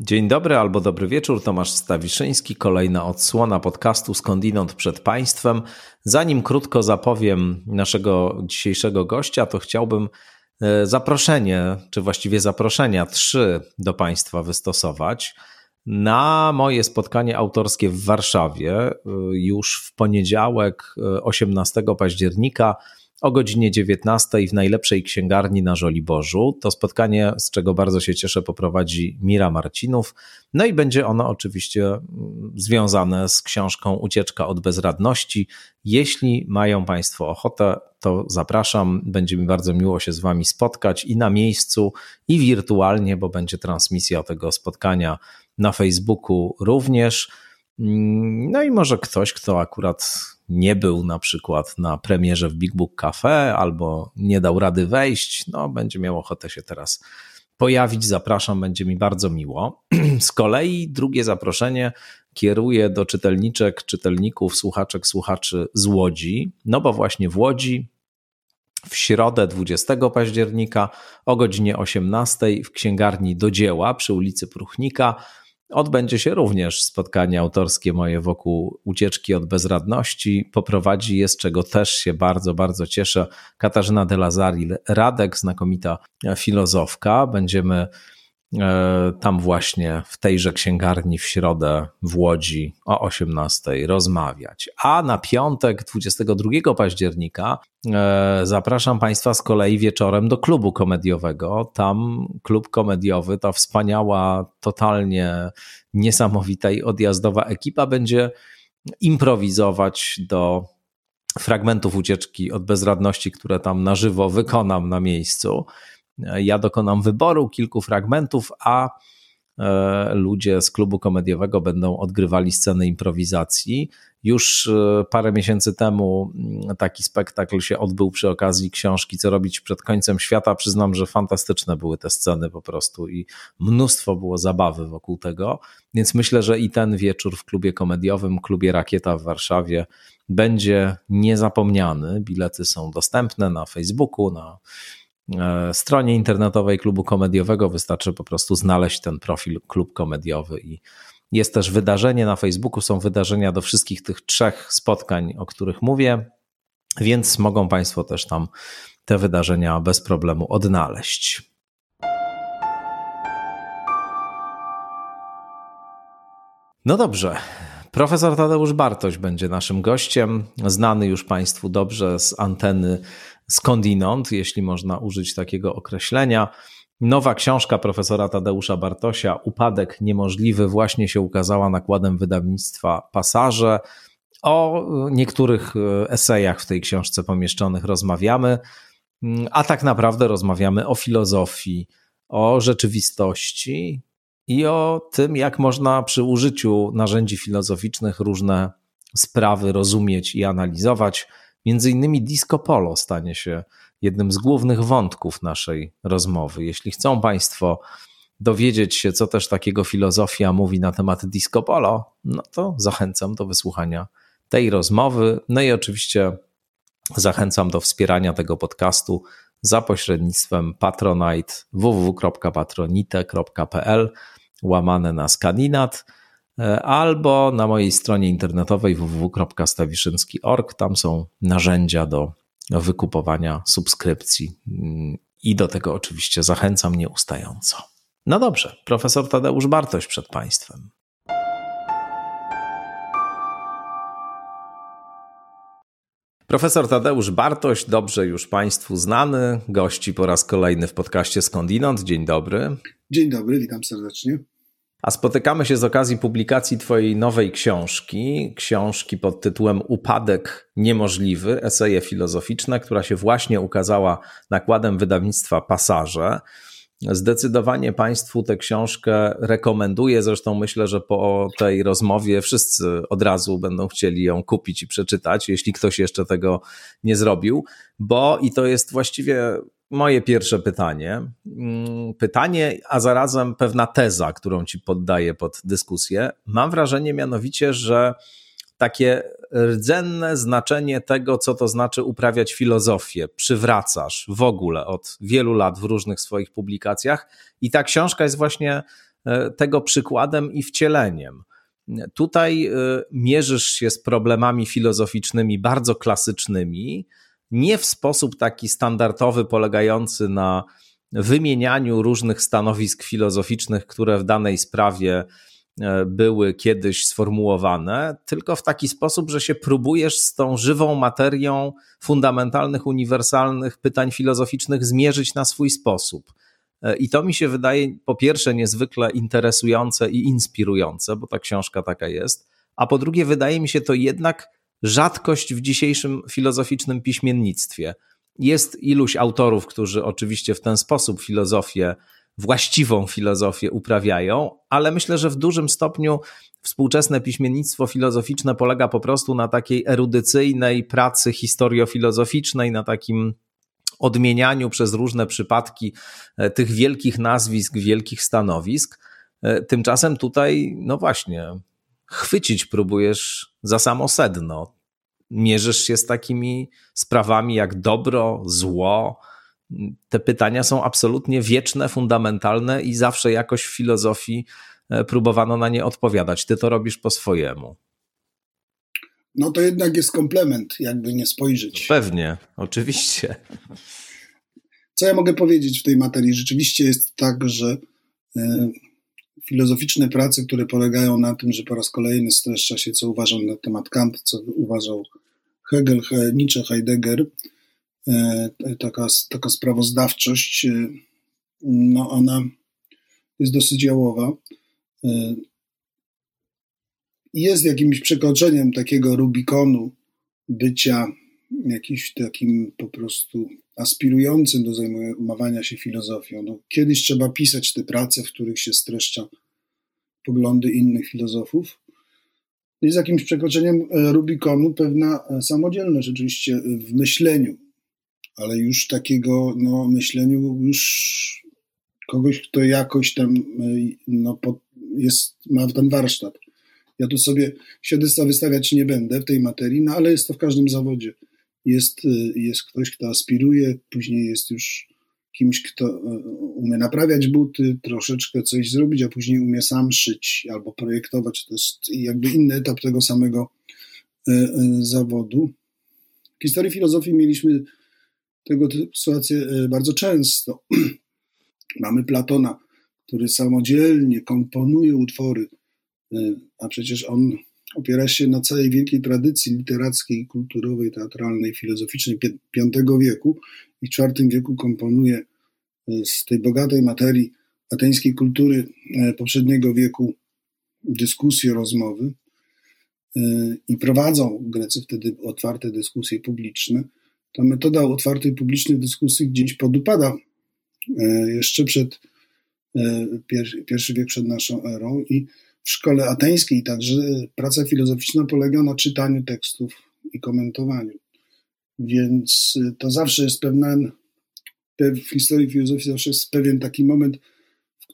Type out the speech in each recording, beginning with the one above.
Dzień dobry albo dobry wieczór, Tomasz Stawiszyński, kolejna odsłona podcastu Skądinąd przed Państwem. Zanim krótko zapowiem naszego dzisiejszego gościa, to chciałbym zaproszenie, czy właściwie zaproszenia 3 do Państwa wystosować na moje spotkanie autorskie w Warszawie już w poniedziałek 18 października o godzinie 19 w najlepszej księgarni na Żoliborzu. To spotkanie, z czego bardzo się cieszę, poprowadzi Mira Marcinów. No i będzie ono oczywiście związane z książką Ucieczka od bezradności. Jeśli mają Państwo ochotę, to zapraszam. Będzie mi bardzo miło się z Wami spotkać i na miejscu, i wirtualnie, bo będzie transmisja tego spotkania na Facebooku również. No i może ktoś, kto akurat nie był na przykład na premierze w Big Book Cafe albo nie dał rady wejść, będzie miał ochotę się teraz pojawić. Zapraszam, będzie mi bardzo miło. Z kolei drugie zaproszenie kieruję do czytelniczek, czytelników, słuchaczek, słuchaczy z Łodzi, bo właśnie w Łodzi w środę 20 października o godzinie 18 w księgarni Do Dzieła przy ulicy Pruchnika odbędzie się również spotkanie autorskie moje wokół ucieczki od bezradności. Poprowadzi je, z czego też się bardzo, bardzo cieszę, Katarzyna de Lazari-Radek, znakomita filozofka. Będziemy tam właśnie w tejże księgarni w środę w Łodzi o 18 rozmawiać. A na piątek 22 października zapraszam Państwa z kolei wieczorem do klubu komediowego. Tam klub komediowy, ta wspaniała, totalnie niesamowita i odjazdowa ekipa będzie improwizować do fragmentów ucieczki od bezradności, które tam na żywo wykonam na miejscu. Ja dokonam wyboru kilku fragmentów, a ludzie z klubu komediowego będą odgrywali sceny improwizacji. Już parę miesięcy temu taki spektakl się odbył przy okazji książki Co robić przed końcem świata. Przyznam, że fantastyczne były te sceny po prostu i mnóstwo było zabawy wokół tego, więc myślę, że i ten wieczór w klubie komediowym, klubie Rakieta w Warszawie będzie niezapomniany. Bilety są dostępne na Facebooku, na stronie internetowej klubu komediowego. Wystarczy po prostu znaleźć ten profil klub komediowy i jest też wydarzenie na Facebooku, są wydarzenia do wszystkich tych 3 spotkań, o których mówię, więc mogą Państwo też tam te wydarzenia bez problemu odnaleźć. No dobrze. Profesor Tadeusz Bartoś będzie naszym gościem, znany już Państwu dobrze z anteny Skądinąd, jeśli można użyć takiego określenia. Nowa książka profesora Tadeusza Bartosia, Upadek niemożliwy, właśnie się ukazała nakładem wydawnictwa Pasaże. O niektórych esejach w tej książce pomieszczonych rozmawiamy, a tak naprawdę rozmawiamy o filozofii, o rzeczywistości i o tym, jak można przy użyciu narzędzi filozoficznych różne sprawy rozumieć i analizować. Między innymi disco polo stanie się jednym z głównych wątków naszej rozmowy. Jeśli chcą Państwo dowiedzieć się, co też takiego filozofia mówi na temat disco polo, to zachęcam do wysłuchania tej rozmowy. No i oczywiście zachęcam do wspierania tego podcastu za pośrednictwem Patronite www.patronite.pl/Skandinat albo na mojej stronie internetowej www.stawiszynski.org. Tam są narzędzia do wykupowania subskrypcji i do tego oczywiście zachęcam nieustająco. No dobrze, profesor Tadeusz Bartoś przed Państwem. Profesor Tadeusz Bartoś, dobrze już Państwu znany, gości po raz kolejny w podcaście Skądinąd. Dzień dobry. Dzień dobry, witam serdecznie. A spotykamy się z okazji publikacji Twojej nowej książki pod tytułem Upadek niemożliwy, eseje filozoficzne, która się właśnie ukazała nakładem wydawnictwa Pasaże. Zdecydowanie Państwu tę książkę rekomenduję, zresztą myślę, że po tej rozmowie wszyscy od razu będą chcieli ją kupić i przeczytać, jeśli ktoś jeszcze tego nie zrobił, bo i to jest właściwie moje pierwsze pytanie, a zarazem pewna teza, którą Ci poddaję pod dyskusję. Mam wrażenie mianowicie, że takie rdzenne znaczenie tego, co to znaczy uprawiać filozofię, przywracasz w ogóle od wielu lat w różnych swoich publikacjach i ta książka jest właśnie tego przykładem i wcieleniem. Tutaj mierzysz się z problemami filozoficznymi bardzo klasycznymi, nie w sposób taki standardowy, polegający na wymienianiu różnych stanowisk filozoficznych, które w danej sprawie były kiedyś sformułowane, tylko w taki sposób, że się próbujesz z tą żywą materią fundamentalnych, uniwersalnych pytań filozoficznych zmierzyć na swój sposób. I to mi się wydaje po pierwsze niezwykle interesujące i inspirujące, bo ta książka taka jest, a po drugie wydaje mi się to jednak rzadkość w dzisiejszym filozoficznym piśmiennictwie. Jest iluś autorów, którzy oczywiście w ten sposób właściwą filozofię uprawiają, ale myślę, że w dużym stopniu współczesne piśmiennictwo filozoficzne polega po prostu na takiej erudycyjnej pracy historiofilozoficznej, na takim odmienianiu przez różne przypadki tych wielkich nazwisk, wielkich stanowisk. Tymczasem tutaj, no właśnie, chwycić próbujesz za samo sedno. Mierzysz się z takimi sprawami jak dobro, zło. Te pytania są absolutnie wieczne, fundamentalne i zawsze jakoś w filozofii próbowano na nie odpowiadać. Ty to robisz po swojemu. No to jednak jest komplement, jakby nie spojrzeć. Pewnie, oczywiście. Co ja mogę powiedzieć w tej materii? Rzeczywiście jest tak, że filozoficzne prace, które polegają na tym, że po raz kolejny streszcza się, co uważał na temat Kant, co uważał Hegel, Nietzsche, Heidegger, taka sprawozdawczość, no ona jest dosyć jałowa. Jest jakimś przekroczeniem takiego Rubikonu bycia jakimś takim po prostu aspirującym do zajmowania się filozofią. No, kiedyś trzeba pisać te prace, w których się streszcza poglądy innych filozofów. Jest jakimś przekroczeniem Rubikonu pewna samodzielność oczywiście w myśleniu, ale już takiego myśleniu już kogoś, kto jakoś tam ma ten warsztat. Ja tu sobie świadectwa wystawiać nie będę w tej materii, ale jest to w każdym zawodzie. Jest ktoś, kto aspiruje, później jest już kimś, kto umie naprawiać buty, troszeczkę coś zrobić, a później umie sam szyć albo projektować. To jest jakby inny etap tego samego zawodu. W historii filozofii mieliśmy tego typu sytuacje bardzo często. Mamy Platona, który samodzielnie komponuje utwory, a przecież on opiera się na całej wielkiej tradycji literackiej, kulturowej, teatralnej, filozoficznej V wieku i w IV wieku komponuje z tej bogatej materii ateńskiej kultury poprzedniego wieku dyskusje, rozmowy i prowadzą Grecy wtedy otwarte dyskusje publiczne. Ta metoda otwartej publicznej dyskusji gdzieś podupada jeszcze przed pierwszy wiek przed naszą erą i w szkole ateńskiej także praca filozoficzna polega na czytaniu tekstów i komentowaniu. Więc to zawsze jest w historii filozofii zawsze jest pewien taki moment, w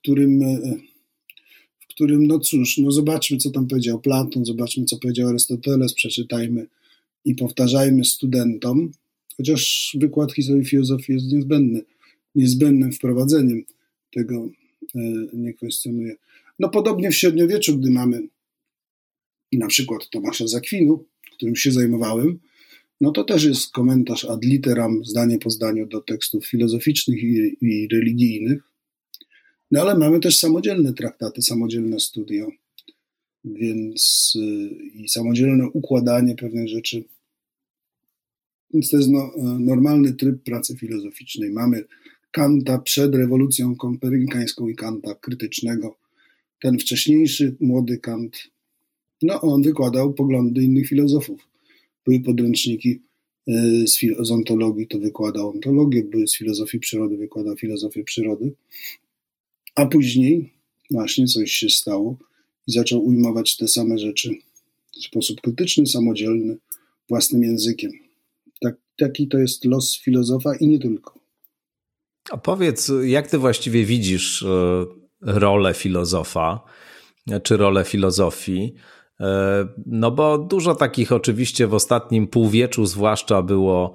którym zobaczmy, co tam powiedział Platon, zobaczmy, co powiedział Arystoteles, przeczytajmy i powtarzajmy studentom, chociaż wykład historii filozofii jest niezbędnym wprowadzeniem, tego nie kwestionuję. Podobnie w średniowieczu, gdy mamy na przykład Tomasza z Akwinu, którym się zajmowałem, to też jest komentarz ad literam, zdanie po zdaniu do tekstów filozoficznych i religijnych. Ale mamy też samodzielne traktaty, samodzielne studia, więc i samodzielne układanie pewnych rzeczy. Więc to jest normalny tryb pracy filozoficznej. Mamy Kanta przed rewolucją kopernikańską i Kanta krytycznego. Ten wcześniejszy, młody Kant, on wykładał poglądy innych filozofów. Były podręczniki z ontologii, to wykładał ontologię, były z filozofii przyrody, wykładał filozofię przyrody. A później właśnie coś się stało i zaczął ujmować te same rzeczy w sposób krytyczny, samodzielny, własnym językiem. Taki to jest los filozofa i nie tylko. A powiedz, jak ty właściwie widzisz rolę filozofa, czy rolę filozofii? Bo dużo takich oczywiście w ostatnim półwieczu zwłaszcza było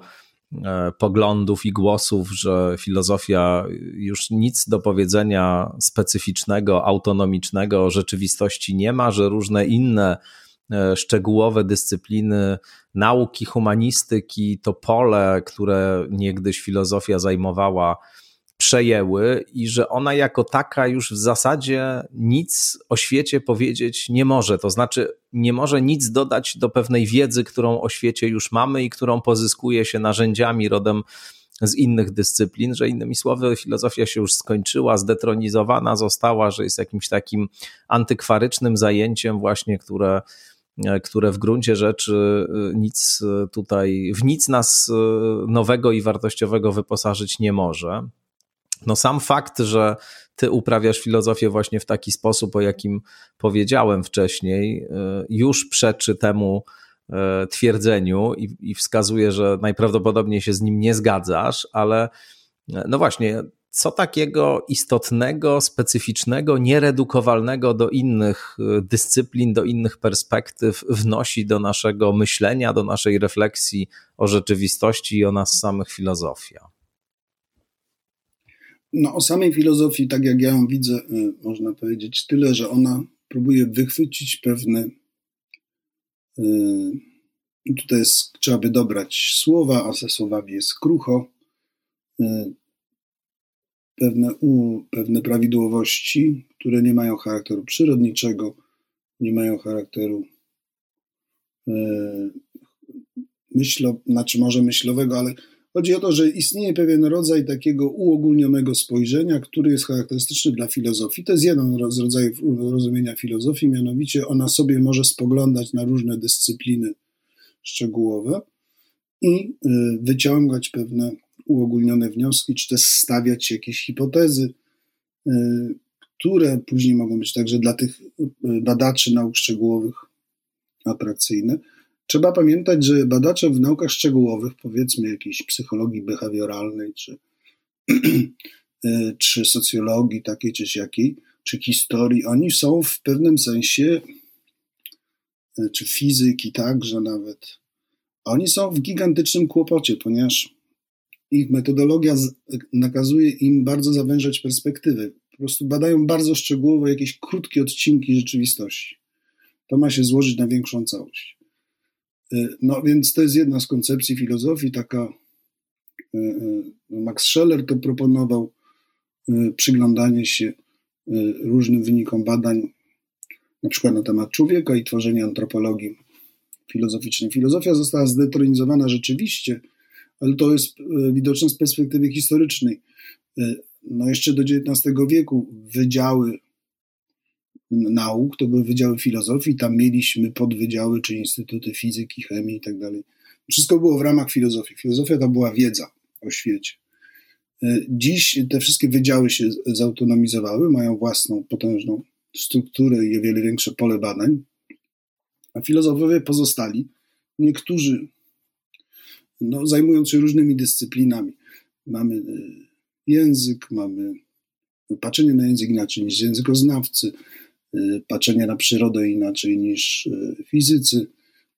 poglądów i głosów, że filozofia już nic do powiedzenia specyficznego, autonomicznego o rzeczywistości nie ma, że różne inne szczegółowe dyscypliny nauki, humanistyki, to pole, które niegdyś filozofia zajmowała, przejęły i że ona jako taka już w zasadzie nic o świecie powiedzieć nie może. To znaczy nie może nic dodać do pewnej wiedzy, którą o świecie już mamy i którą pozyskuje się narzędziami rodem z innych dyscyplin, że innymi słowy filozofia się już skończyła, zdetronizowana została, że jest jakimś takim antykwarycznym zajęciem właśnie, które w gruncie rzeczy w nic nas nowego i wartościowego wyposażyć nie może. No sam fakt, że ty uprawiasz filozofię właśnie w taki sposób, o jakim powiedziałem wcześniej, już przeczy temu twierdzeniu i wskazuje, że najprawdopodobniej się z nim nie zgadzasz, ale no właśnie, co takiego istotnego, specyficznego, nieredukowalnego do innych dyscyplin, do innych perspektyw wnosi do naszego myślenia, do naszej refleksji o rzeczywistości i o nas samych filozofia? No o samej filozofii, tak jak ja ją widzę, można powiedzieć tyle, że ona próbuje wychwycić pewne, tutaj trzeba by dobrać słowa, a ze słowami jest krucho, pewne prawidłowości, które nie mają charakteru przyrodniczego, nie mają charakteru może myślowego, ale chodzi o to, że istnieje pewien rodzaj takiego uogólnionego spojrzenia, który jest charakterystyczny dla filozofii. To jest jeden z rodzajów rozumienia filozofii, mianowicie ona sobie może spoglądać na różne dyscypliny szczegółowe i wyciągać pewne uogólnione wnioski, czy też stawiać jakieś hipotezy, które później mogą być także dla tych badaczy nauk szczegółowych atrakcyjne. Trzeba pamiętać, że badacze w naukach szczegółowych, powiedzmy jakiejś psychologii behawioralnej, czy socjologii takiej czy siakiej, czy historii, oni są w pewnym sensie, czy fizyki także nawet, oni są w gigantycznym kłopocie, ponieważ ich metodologia nakazuje im bardzo zawężać perspektywy. Po prostu badają bardzo szczegółowo jakieś krótkie odcinki rzeczywistości. To ma się złożyć na większą całość. No więc to jest jedna z koncepcji filozofii, taka Max Scheler to proponował, przyglądanie się różnym wynikom badań, na przykład na temat człowieka i tworzenie antropologii filozoficznej. Filozofia została zdetronizowana rzeczywiście, ale to jest widoczne z perspektywy historycznej. No jeszcze do XIX wieku wydziały nauk, to były wydziały filozofii, tam mieliśmy podwydziały, czy instytuty fizyki, chemii i tak dalej. Wszystko było w ramach filozofii. Filozofia to była wiedza o świecie. Dziś te wszystkie wydziały się zautonomizowały, mają własną potężną strukturę i o wiele większe pole badań, a filozofowie pozostali, niektórzy zajmując się różnymi dyscyplinami. Mamy język, mamy patrzenie na język inaczej niż językoznawcy, patrzenie na przyrodę inaczej niż fizycy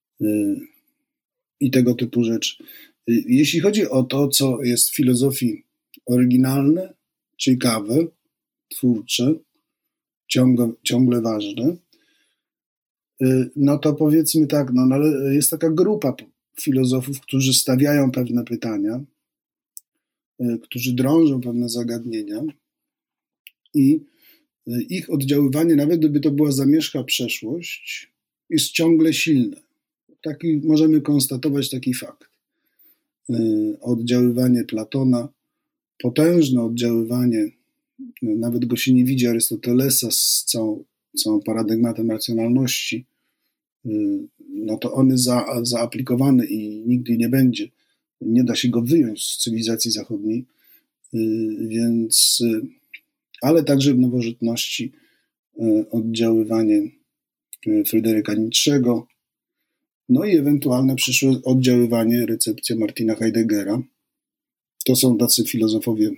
i tego typu rzeczy. Jeśli chodzi o to, co jest w filozofii oryginalne, ciekawe, twórcze, ciągle ważne, no to powiedzmy tak, ale jest taka grupa filozofów, którzy stawiają pewne pytania, którzy drążą pewne zagadnienia i ich oddziaływanie, nawet gdyby to była zamierzchła przeszłość, jest ciągle silne. Możemy konstatować taki fakt. Oddziaływanie Platona, potężne oddziaływanie, nawet go się nie widzi, Arystotelesa z całą paradygmatem racjonalności, no to on jest zaaplikowany i nigdy nie będzie. Nie da się go wyjąć z cywilizacji zachodniej, więc, ale także w nowożytności oddziaływanie Fryderyka Nietzschego, no i ewentualne przyszłe oddziaływanie, recepcja Martina Heideggera. To są tacy filozofowie,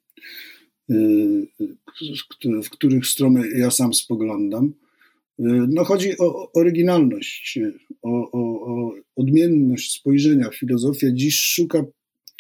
w których stronę ja sam spoglądam. No chodzi o oryginalność, o odmienność spojrzenia. Filozofia dziś szuka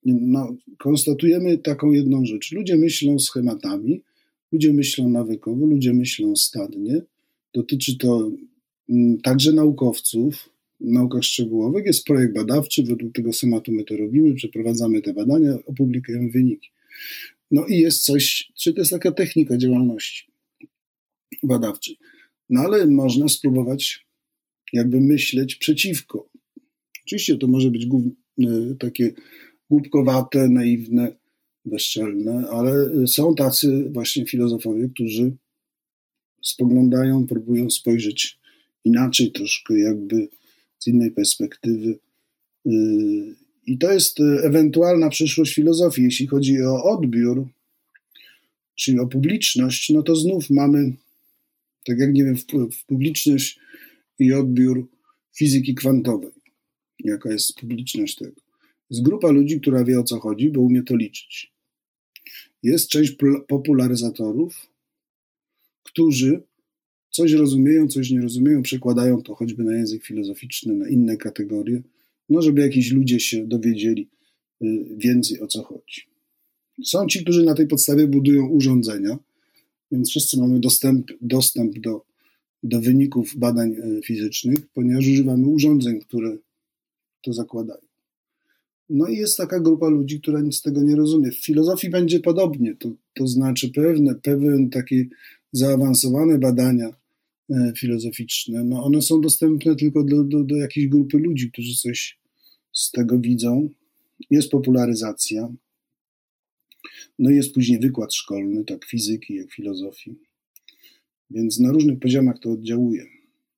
konstatujemy taką jedną rzecz. Ludzie myślą schematami, ludzie myślą nawykowo, ludzie myślą stadnie. Dotyczy to także naukowców w naukach szczegółowych. Jest projekt badawczy, według tego schematu my to robimy, przeprowadzamy te badania, opublikujemy wyniki. No i jest coś, czy to jest taka technika działalności badawczej. No ale można spróbować jakby myśleć przeciwko. Oczywiście to może być takie głupkowate, naiwne, bezczelne, ale są tacy właśnie filozofowie, którzy spoglądają, próbują spojrzeć inaczej, troszkę jakby z innej perspektywy. I to jest ewentualna przyszłość filozofii. Jeśli chodzi o odbiór, czyli o publiczność, no to znów mamy, tak jak nie wiem, w publiczność i odbiór fizyki kwantowej. Jaka jest publiczność tego? Jest grupa ludzi, która wie, o co chodzi, bo umie to liczyć. Jest część popularyzatorów, którzy coś rozumieją, coś nie rozumieją, przekładają to choćby na język filozoficzny, na inne kategorie, no żeby jakiś ludzie się dowiedzieli więcej, o co chodzi. Są ci, którzy na tej podstawie budują urządzenia, więc wszyscy mamy dostęp do wyników badań fizycznych, ponieważ używamy urządzeń, które to zakładają. No i jest taka grupa ludzi, która nic z tego nie rozumie. W filozofii będzie podobnie, to znaczy pewne takie zaawansowane badania filozoficzne, no one są dostępne tylko do jakiejś grupy ludzi, którzy coś z tego widzą. Jest popularyzacja, no i jest później wykład szkolny, tak fizyki jak filozofii. Więc na różnych poziomach to oddziałuje.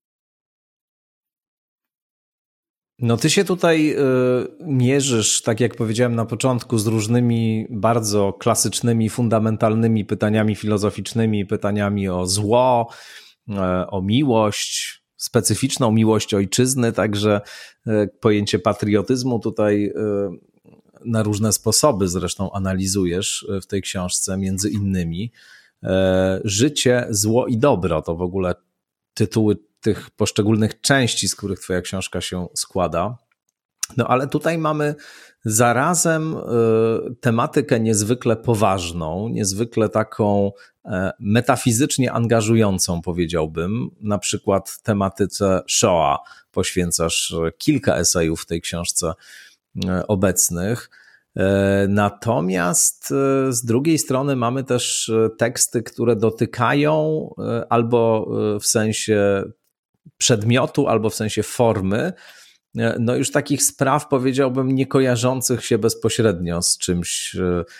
No ty się tutaj mierzysz, tak jak powiedziałem na początku, z różnymi bardzo klasycznymi, fundamentalnymi pytaniami filozoficznymi, pytaniami o zło, o miłość, specyficzną miłość ojczyzny, także pojęcie patriotyzmu tutaj na różne sposoby zresztą analizujesz w tej książce, między innymi. Życie, zło i dobro to w ogóle tytuły tych poszczególnych części, z których twoja książka się składa. No ale tutaj mamy zarazem tematykę niezwykle poważną, niezwykle taką metafizycznie angażującą, powiedziałbym. Na przykład tematyce Shoah poświęcasz kilka esejów w tej książce obecnych. Natomiast z drugiej strony mamy też teksty, które dotykają albo w sensie przedmiotu, albo w sensie formy, no już takich spraw, powiedziałbym, nie kojarzących się bezpośrednio z czymś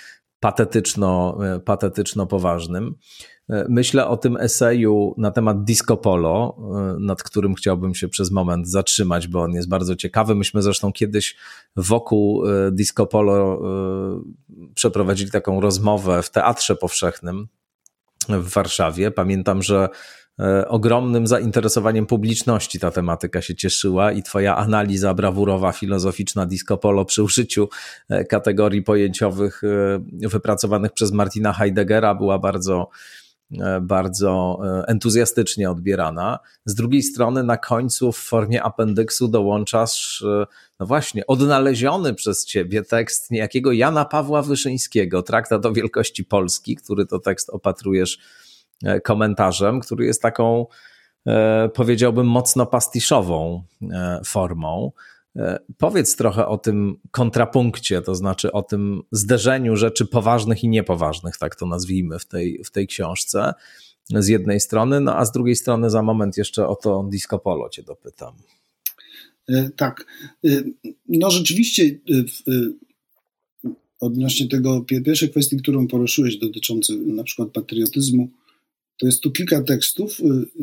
patetyczno poważnym. Myślę o tym eseju na temat disco polo, nad którym chciałbym się przez moment zatrzymać, bo on jest bardzo ciekawy. Myśmy zresztą kiedyś wokół disco polo przeprowadzili taką rozmowę w Teatrze Powszechnym w Warszawie. Pamiętam, że ogromnym zainteresowaniem publiczności ta tematyka się cieszyła i twoja analiza brawurowa, filozoficzna disco polo przy użyciu kategorii pojęciowych wypracowanych przez Martina Heideggera była bardzo entuzjastycznie odbierana. Z drugiej strony na końcu w formie apendyksu dołączasz, no właśnie, odnaleziony przez ciebie tekst niejakiego Jana Pawła Wyszyńskiego, Traktat o wielkości Polski, który to tekst opatrujesz komentarzem, który jest taką, powiedziałbym, mocno pastiszową formą. Powiedz trochę o tym kontrapunkcie, to znaczy o tym zderzeniu rzeczy poważnych i niepoważnych, tak to nazwijmy w tej książce z jednej strony, no a z drugiej strony za moment jeszcze o to disco polo cię dopytam. Tak, no rzeczywiście odnośnie tego pierwszej kwestii, którą poruszyłeś dotyczącej na przykład patriotyzmu, to jest tu kilka tekstów,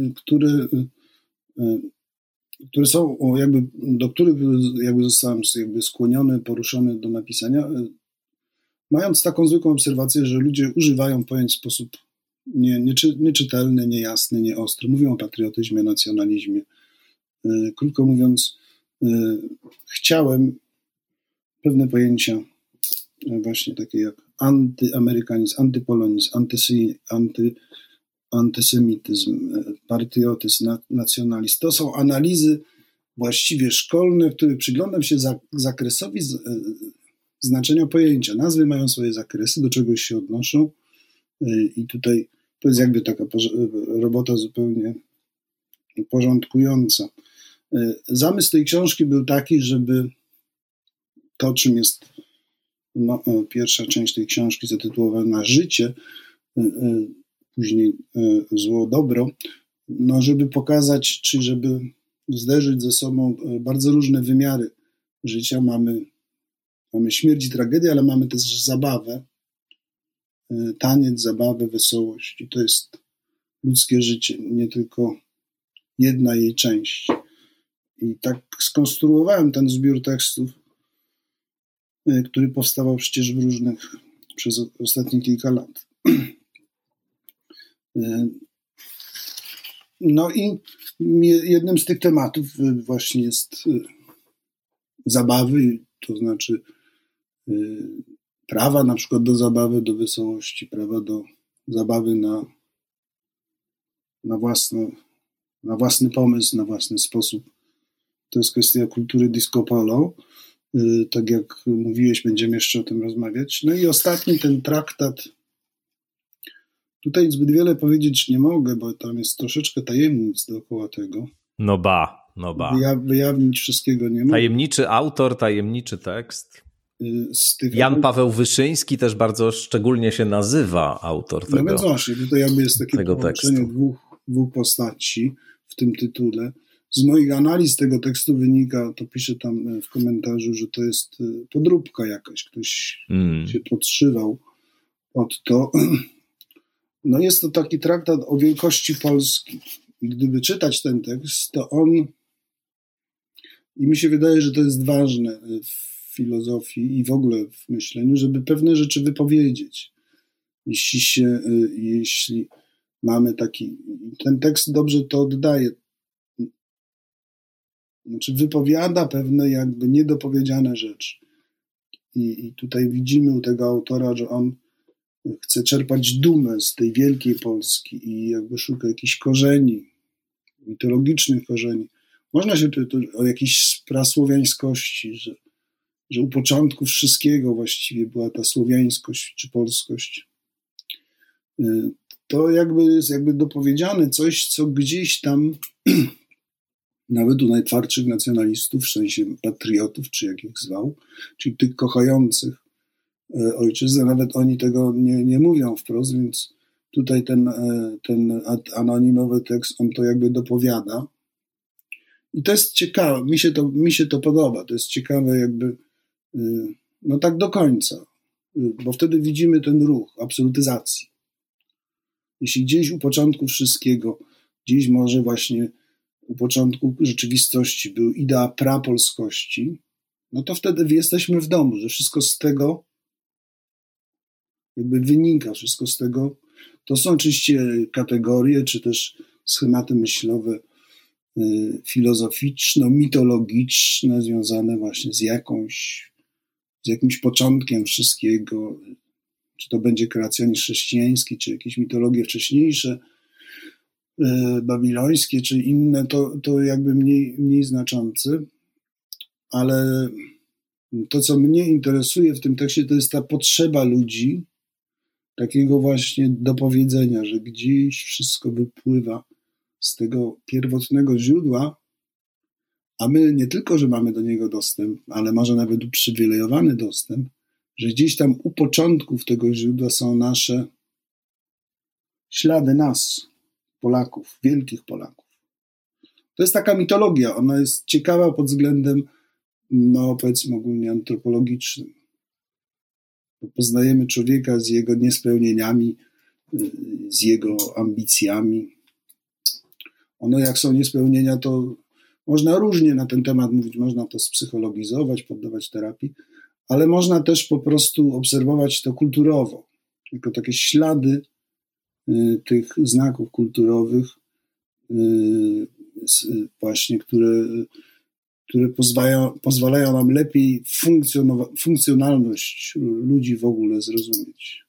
które są do których zostałem skłoniony, poruszony do napisania, mając taką zwykłą obserwację, że ludzie używają pojęć w sposób nieczytelny, niejasny, nieostry. Mówią o patriotyzmie, nacjonalizmie. Krótko mówiąc, chciałem pewne pojęcia właśnie takie jak antyamerykanizm, antypolonizm, antysemityzm, patriotyzm, nacjonalizm. To są analizy właściwie szkolne, w których przyglądam się zakresowi znaczenia pojęcia. Nazwy mają swoje zakresy, do czegoś się odnoszą i tutaj to jest jakby taka robota zupełnie porządkująca. Zamysł tej książki był taki, żeby to, czym jest pierwsza część tej książki zatytułowana Życie, później Zło, Dobro, żeby pokazać, czy żeby zderzyć ze sobą bardzo różne wymiary życia. Mamy śmierć i tragedię, ale mamy też zabawę, taniec, zabawę, wesołość. I to jest ludzkie życie, nie tylko jedna jej część. I tak skonstruowałem ten zbiór tekstów, który powstawał przecież przez ostatnie kilka lat. No i jednym z tych tematów właśnie jest zabawy, to znaczy prawa na przykład do zabawy, do wesołości, prawa do zabawy na własny pomysł, na własny sposób. To jest kwestia kultury disco polo. Tak jak mówiłeś, będziemy jeszcze o tym rozmawiać. No i ostatni ten traktat. Tutaj zbyt wiele powiedzieć nie mogę, bo tam jest troszeczkę tajemnic dookoła tego. No ba. Wyjawnić wszystkiego nie mogę. Tajemniczy autor, tajemniczy tekst. Jan Paweł Wyszyński też bardzo szczególnie się nazywa autor tego. No więc właśnie, tutaj jakby jest takie połączenie dwóch postaci w tym tytule. Z moich analiz tego tekstu wynika, to piszę tam w komentarzu, że to jest podróbka jakaś, ktoś się podszywał pod to. No jest to taki traktat o wielkości Polski. I gdyby czytać ten tekst, to i mi się wydaje, że to jest ważne w filozofii i w ogóle w myśleniu, żeby pewne rzeczy wypowiedzieć. Jeśli mamy ten tekst dobrze to oddaje. Znaczy wypowiada pewne jakby niedopowiedziane rzeczy. I tutaj widzimy u tego autora, że on chce czerpać dumę z tej wielkiej Polski i jakby szuka jakichś korzeni, mitologicznych korzeni. Można się o jakiejś prasłowiańskości, że u początku wszystkiego właściwie była ta słowiańskość czy polskość. To jest dopowiedziane coś, co gdzieś tam nawet u najtwardszych nacjonalistów, w sensie patriotów, czy jak ich zwał, czyli tych kochających ojczyznę, nawet oni tego nie mówią wprost, więc tutaj ten anonimowy tekst, on to jakby dopowiada. I to jest ciekawe, mi się to podoba, to jest ciekawe jakby, no tak do końca, bo wtedy widzimy ten ruch absolutyzacji. Jeśli gdzieś u początku wszystkiego, gdzieś może właśnie u początku rzeczywistości był idea prapolskości, no to wtedy jesteśmy w domu, że wszystko z tego jakby wynika, wszystko z tego. To są oczywiście kategorie, czy też schematy myślowe, filozoficzno-mitologiczne, związane właśnie z jakimś początkiem wszystkiego, czy to będzie kreacjonizm chrześcijański, czy jakieś mitologie wcześniejsze, babilońskie, czy inne, to jakby mniej znaczące, ale to, co mnie interesuje w tym tekście, to jest ta potrzeba ludzi, takiego właśnie dopowiedzenia, że gdzieś wszystko wypływa z tego pierwotnego źródła, a my nie tylko, że mamy do niego dostęp, ale może nawet uprzywilejowany dostęp, że gdzieś tam u początków tego źródła są nasze ślady nas, Polaków, wielkich Polaków. To jest taka mitologia, ona jest ciekawa pod względem, no powiedzmy ogólnie antropologicznym. Poznajemy człowieka z jego niespełnieniami, z jego ambicjami. Jak są niespełnienia, to można różnie na ten temat mówić, można to spsychologizować, poddawać terapii, ale można też po prostu obserwować to kulturowo, jako takie ślady tych znaków kulturowych, właśnie, które pozwalają nam lepiej funkcjonalność ludzi w ogóle zrozumieć.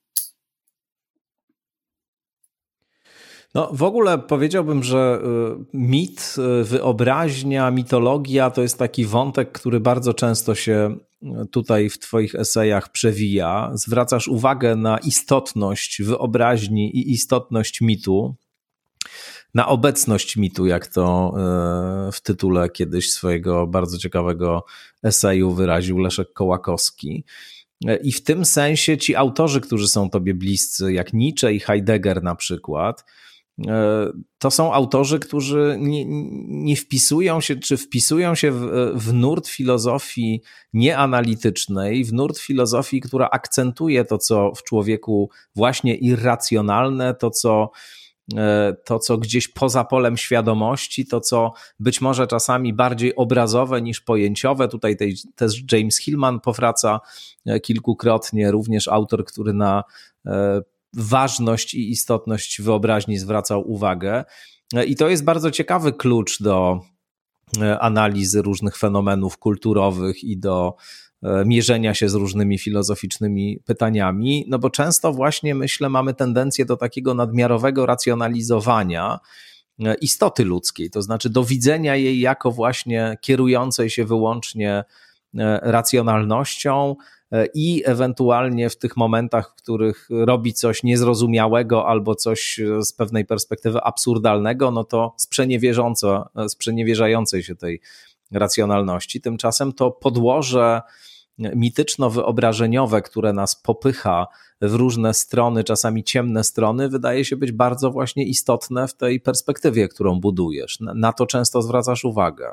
No w ogóle powiedziałbym, że mit, wyobraźnia, mitologia to jest taki wątek, który bardzo często się tutaj w twoich esejach przewija. Zwracasz uwagę na istotność wyobraźni i istotność mitu, na obecność mitu, jak to w tytule kiedyś swojego bardzo ciekawego eseju wyraził Leszek Kołakowski. I w tym sensie ci autorzy, którzy są tobie bliscy, jak Nietzsche i Heidegger na przykład, to są autorzy, którzy nie wpisują się, czy wpisują się w nurt filozofii nieanalitycznej, w nurt filozofii, która akcentuje to, co w człowieku właśnie irracjonalne, to, co gdzieś poza polem świadomości, to, co być może czasami bardziej obrazowe niż pojęciowe. Tutaj też James Hillman powraca kilkukrotnie, również autor, który na ważność i istotność wyobraźni zwracał uwagę. I to jest bardzo ciekawy klucz do analizy różnych fenomenów kulturowych i do mierzenia się z różnymi filozoficznymi pytaniami, no bo często właśnie, myślę, mamy tendencję do takiego nadmiarowego racjonalizowania istoty ludzkiej, to znaczy do widzenia jej jako właśnie kierującej się wyłącznie racjonalnością i ewentualnie w tych momentach, w których robi coś niezrozumiałego albo coś z pewnej perspektywy absurdalnego, no to sprzeniewierzającej się tej racjonalności. Tymczasem to podłoże mityczno-wyobrażeniowe, które nas popycha w różne strony, czasami ciemne strony, wydaje się być bardzo właśnie istotne w tej perspektywie, którą budujesz. Na to często zwracasz uwagę.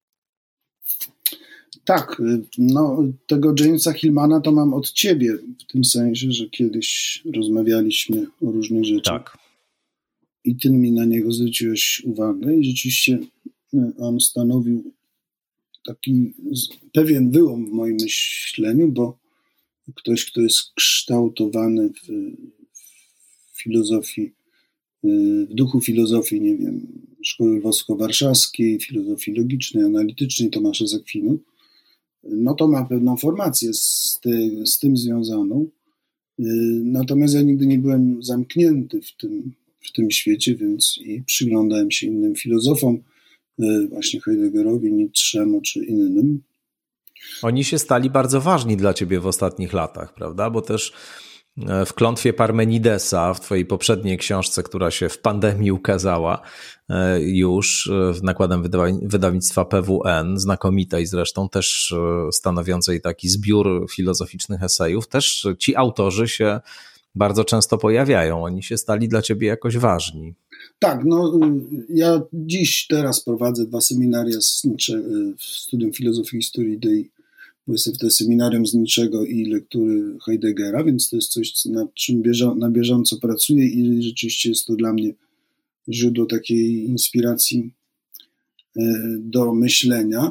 Tak, no tego Jamesa Hillmana to mam od ciebie, w tym sensie, że kiedyś rozmawialiśmy o różnych rzeczach. Tak. I ty mi na niego zwróciłeś uwagę i rzeczywiście on stanowił taki pewien wyłom w moim myśleniu, bo ktoś, kto jest kształtowany w filozofii, w duchu filozofii, nie wiem, Szkoły Lwowsko-Warszawskiej, filozofii logicznej, analitycznej Tomasza z Akwinu, no to ma pewną formację z tym związaną. Natomiast ja nigdy nie byłem zamknięty w tym świecie, więc i przyglądałem się innym filozofom, właśnie Heideggerowi, Nietzschemu czy innym. Oni się stali bardzo ważni dla ciebie w ostatnich latach, prawda? Bo też w Klątwie Parmenidesa, w twojej poprzedniej książce, która się w pandemii ukazała już nakładem wydawnictwa PWN, znakomitej zresztą, też stanowiącej taki zbiór filozoficznych esejów, też ci autorzy się bardzo często pojawiają. Oni się stali dla ciebie jakoś ważni. Tak, no ja teraz prowadzę 2 seminaria w Studium Filozofii i Historii Idei, bo jestem w te seminarium z Nietzschego i lektury Heideggera, więc to jest coś, nad czym na bieżąco pracuję i rzeczywiście jest to dla mnie źródło takiej inspiracji do myślenia.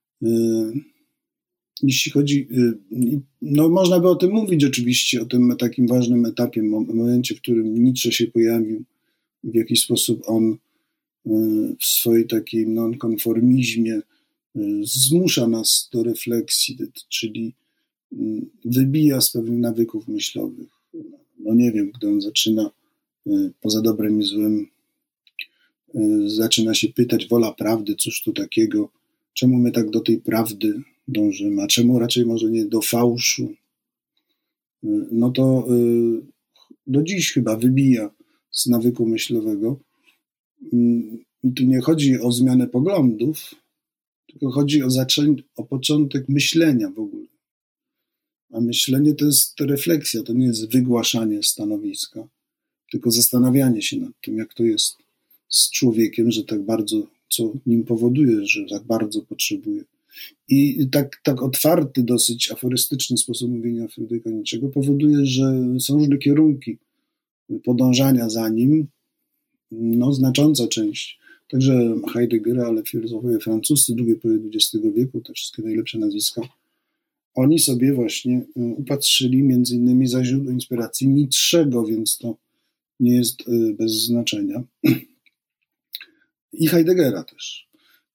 Jeśli chodzi, no można by o tym mówić oczywiście, o tym takim ważnym etapie, momencie, w którym Nietzsche się pojawił, w jaki sposób on w swoim takim nonkonformizmie zmusza nas do refleksji, czyli wybija z pewnych nawyków myślowych. No nie wiem, gdy on zaczyna poza dobrem i złem, zaczyna się pytać, wola prawdy, cóż tu takiego, czemu my tak do tej prawdy dążymy, a czemu raczej może nie do fałszu, no to do dziś chyba wybija z nawyku myślowego. I tu nie chodzi o zmianę poglądów, tylko chodzi o początek myślenia w ogóle. A myślenie to jest refleksja, to nie jest wygłaszanie stanowiska, tylko zastanawianie się nad tym, jak to jest z człowiekiem, że tak bardzo, co nim powoduje, że tak bardzo potrzebuje. I tak otwarty, dosyć aforystyczny sposób mówienia Fryderyka Nietzschego powoduje, że są różne kierunki podążania za nim, no znacząca część, także Heideggera, ale filozofowie francuscy, drugiej połowy XX wieku, te wszystkie najlepsze nazwiska, oni sobie właśnie upatrzyli między innymi za źródło inspiracji Nietzschego, więc to nie jest bez znaczenia. I Heideggera też.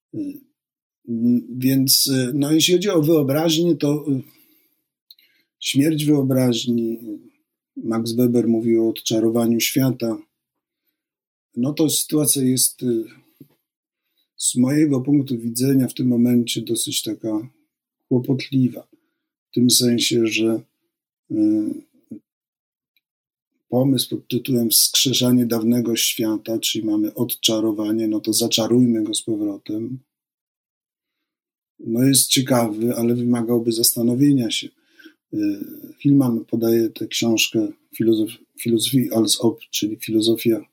Więc no, jeśli chodzi o wyobraźnię, to śmierć wyobraźni, Max Weber mówił o odczarowaniu świata, no to sytuacja jest z mojego punktu widzenia w tym momencie dosyć taka kłopotliwa. w tym sensie, że pomysł pod tytułem wskrzeszanie dawnego świata, czyli mamy odczarowanie, no to zaczarujmy go z powrotem. No jest ciekawy, ale wymagałby zastanowienia się. Hillman podaje tę książkę Filozofii als ob, czyli filozofia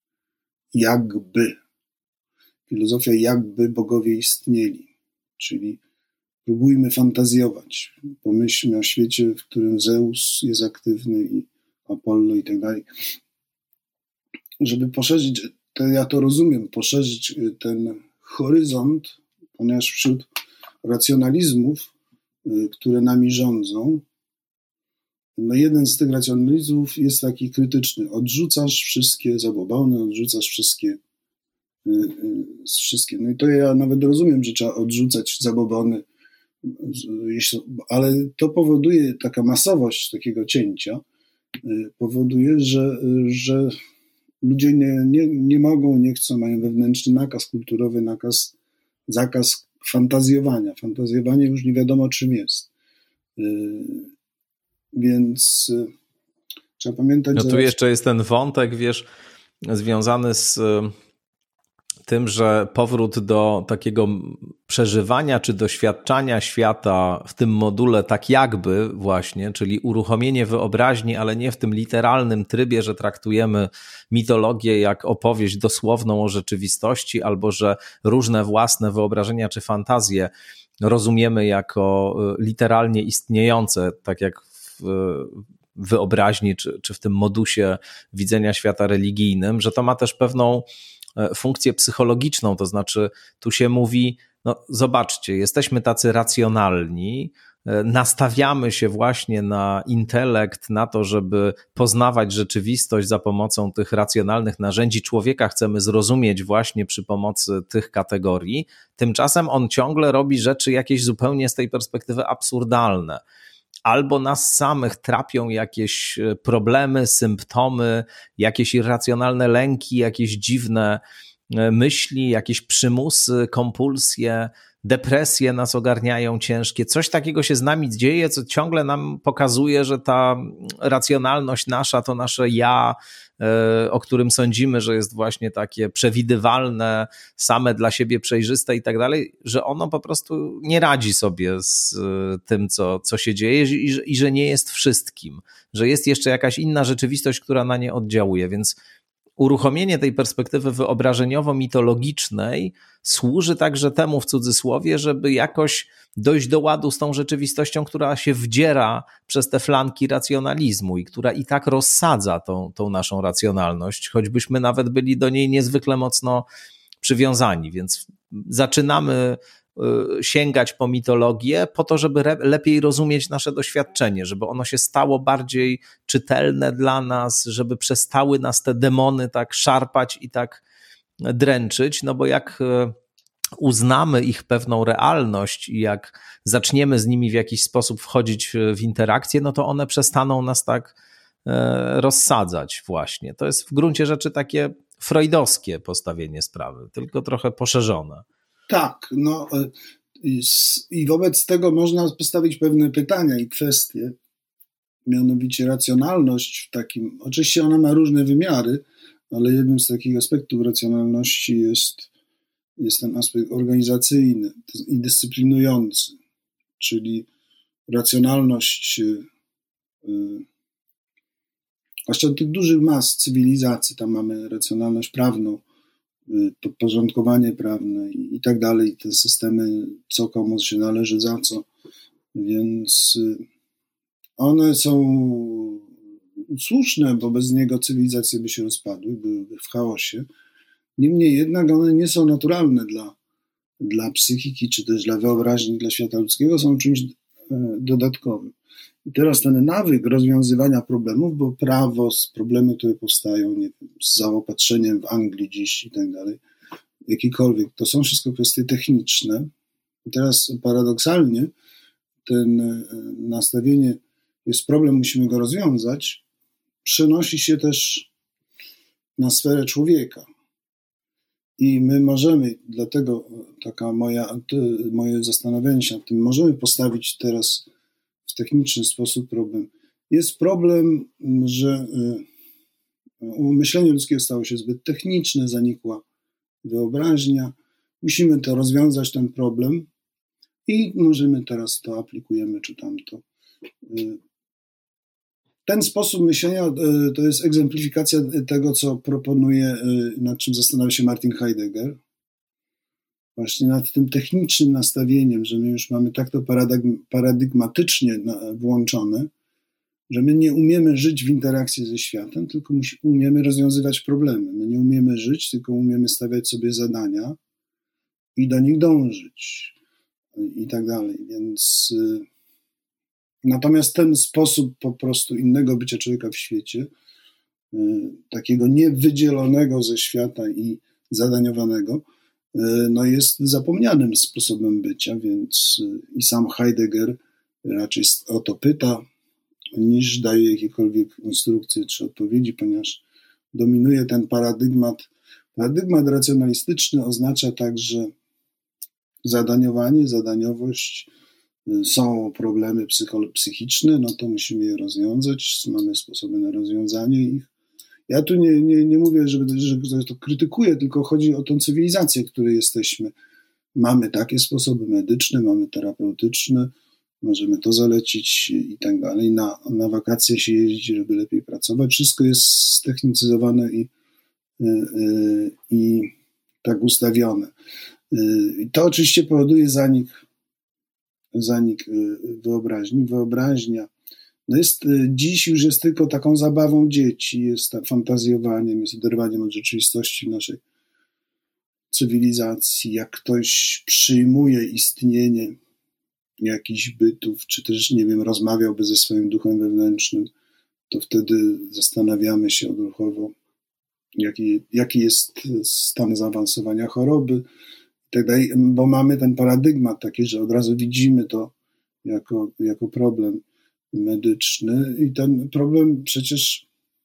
jakby bogowie istnieli, czyli próbujmy fantazjować, pomyślmy o świecie, w którym Zeus jest aktywny i Apollo i tak dalej. Żeby poszerzyć, ja to rozumiem, poszerzyć ten horyzont, ponieważ wśród racjonalizmów, które nami rządzą, no jeden z tych racjonalizmów jest taki krytyczny. Odrzucasz wszystkie zabobony, odrzucasz wszystkie. No i to ja nawet rozumiem, że trzeba odrzucać zabobony, ale to powoduje, taka masowość takiego cięcia powoduje, że ludzie nie mogą, nie chcą, mają wewnętrzny nakaz kulturowy, zakaz fantazjowania. Fantazjowanie już nie wiadomo czym jest. Więc trzeba pamiętać, no tu jeszcze jest ten wątek, wiesz, związany z tym, że powrót do takiego przeżywania czy doświadczania świata w tym module tak jakby właśnie, czyli uruchomienie wyobraźni, ale nie w tym literalnym trybie, że traktujemy mitologię jak opowieść dosłowną o rzeczywistości, albo że różne własne wyobrażenia czy fantazje rozumiemy jako literalnie istniejące, tak jak w wyobraźni czy w tym modusie widzenia świata religijnym, że to ma też pewną funkcję psychologiczną, to znaczy tu się mówi, no zobaczcie, jesteśmy tacy racjonalni, nastawiamy się właśnie na intelekt, na to, żeby poznawać rzeczywistość za pomocą tych racjonalnych narzędzi. Człowieka chcemy zrozumieć właśnie przy pomocy tych kategorii, tymczasem on ciągle robi rzeczy jakieś zupełnie z tej perspektywy absurdalne. Albo nas samych trapią jakieś problemy, symptomy, jakieś irracjonalne lęki, jakieś dziwne myśli, jakieś przymusy, kompulsje, depresje nas ogarniają ciężkie. Coś takiego się z nami dzieje, co ciągle nam pokazuje, że ta racjonalność nasza, to nasze ja, o którym sądzimy, że jest właśnie takie przewidywalne, same dla siebie przejrzyste i tak dalej, że ono po prostu nie radzi sobie z tym, co się dzieje i że nie jest wszystkim, że jest jeszcze jakaś inna rzeczywistość, która na nie oddziałuje, więc uruchomienie tej perspektywy wyobrażeniowo-mitologicznej służy także temu, w cudzysłowie, żeby jakoś dojść do ładu z tą rzeczywistością, która się wdziera przez te flanki racjonalizmu i która i tak rozsadza tą naszą racjonalność, choćbyśmy nawet byli do niej niezwykle mocno przywiązani, więc zaczynamy sięgać po mitologię po to, żeby lepiej rozumieć nasze doświadczenie, żeby ono się stało bardziej czytelne dla nas, żeby przestały nas te demony tak szarpać i tak dręczyć, no bo jak uznamy ich pewną realność i jak zaczniemy z nimi w jakiś sposób wchodzić w interakcję, no to one przestaną nas tak rozsadzać właśnie. To jest w gruncie rzeczy takie freudowskie postawienie sprawy, tylko trochę poszerzone. Tak, no i wobec tego można postawić pewne pytania i kwestie, mianowicie racjonalność w takim, oczywiście ona ma różne wymiary, ale jednym z takich aspektów racjonalności jest ten aspekt organizacyjny i dyscyplinujący, czyli racjonalność, zwłaszcza od tych dużych mas cywilizacji, tam mamy racjonalność prawną, podporządkowanie prawne i tak dalej, te systemy, co komu się należy, za co, więc one są słuszne, bo bez niego cywilizacje by się rozpadły, byłyby w chaosie. Niemniej jednak one nie są naturalne dla psychiki, czy też dla wyobraźni, dla świata ludzkiego, są czymś dodatkowym. I teraz ten nawyk rozwiązywania problemów, bo problemy, które powstają, nie wiem, z zaopatrzeniem w Anglii dziś i tak dalej, jakiekolwiek, to są wszystko kwestie techniczne. I teraz paradoksalnie ten nastawienie, jest problem, musimy go rozwiązać, przenosi się też na sferę człowieka. I my możemy, dlatego moje zastanawianie się nad tym, możemy postawić teraz w techniczny sposób problem. Jest problem, że myślenie ludzkie stało się zbyt techniczne, zanikła wyobraźnia. Musimy to rozwiązać, ten problem, i możemy teraz to aplikujemy, czy tamto. Ten sposób myślenia to jest egzemplifikacja tego, co proponuje, nad czym zastanawia się Martin Heidegger. Właśnie nad tym technicznym nastawieniem, że my już mamy tak to paradygmatycznie włączone, że my nie umiemy żyć w interakcji ze światem, tylko umiemy rozwiązywać problemy. My nie umiemy żyć, tylko umiemy stawiać sobie zadania i do nich dążyć i tak dalej. Więc natomiast ten sposób po prostu innego bycia człowieka w świecie, takiego niewydzielonego ze świata i zadaniowanego, no jest zapomnianym sposobem bycia, więc i sam Heidegger raczej o to pyta, niż daje jakiekolwiek instrukcje czy odpowiedzi, ponieważ dominuje ten paradygmat. Paradygmat racjonalistyczny oznacza także zadaniowanie, zadaniowość. Są problemy psychiczne, no to musimy je rozwiązać, mamy sposoby na rozwiązanie ich. Ja tu nie mówię, że to krytykuję, tylko chodzi o tą cywilizację, w której jesteśmy. Mamy takie sposoby medyczne, mamy terapeutyczne, możemy to zalecić i tak dalej. Na wakacje się jeździ, żeby lepiej pracować. Wszystko jest ztechnicyzowane i tak ustawione. I to oczywiście powoduje zanik wyobraźni. Wyobraźnia dziś już jest tylko taką zabawą dzieci, jest fantazjowaniem, jest oderwaniem od rzeczywistości naszej cywilizacji. Jak ktoś przyjmuje istnienie jakichś bytów, czy też, nie wiem, rozmawiałby ze swoim duchem wewnętrznym, to wtedy zastanawiamy się odruchowo, jaki jest stan zaawansowania choroby i tak dalej, bo mamy ten paradygmat taki, że od razu widzimy to jako problem medyczny i ten problem przecież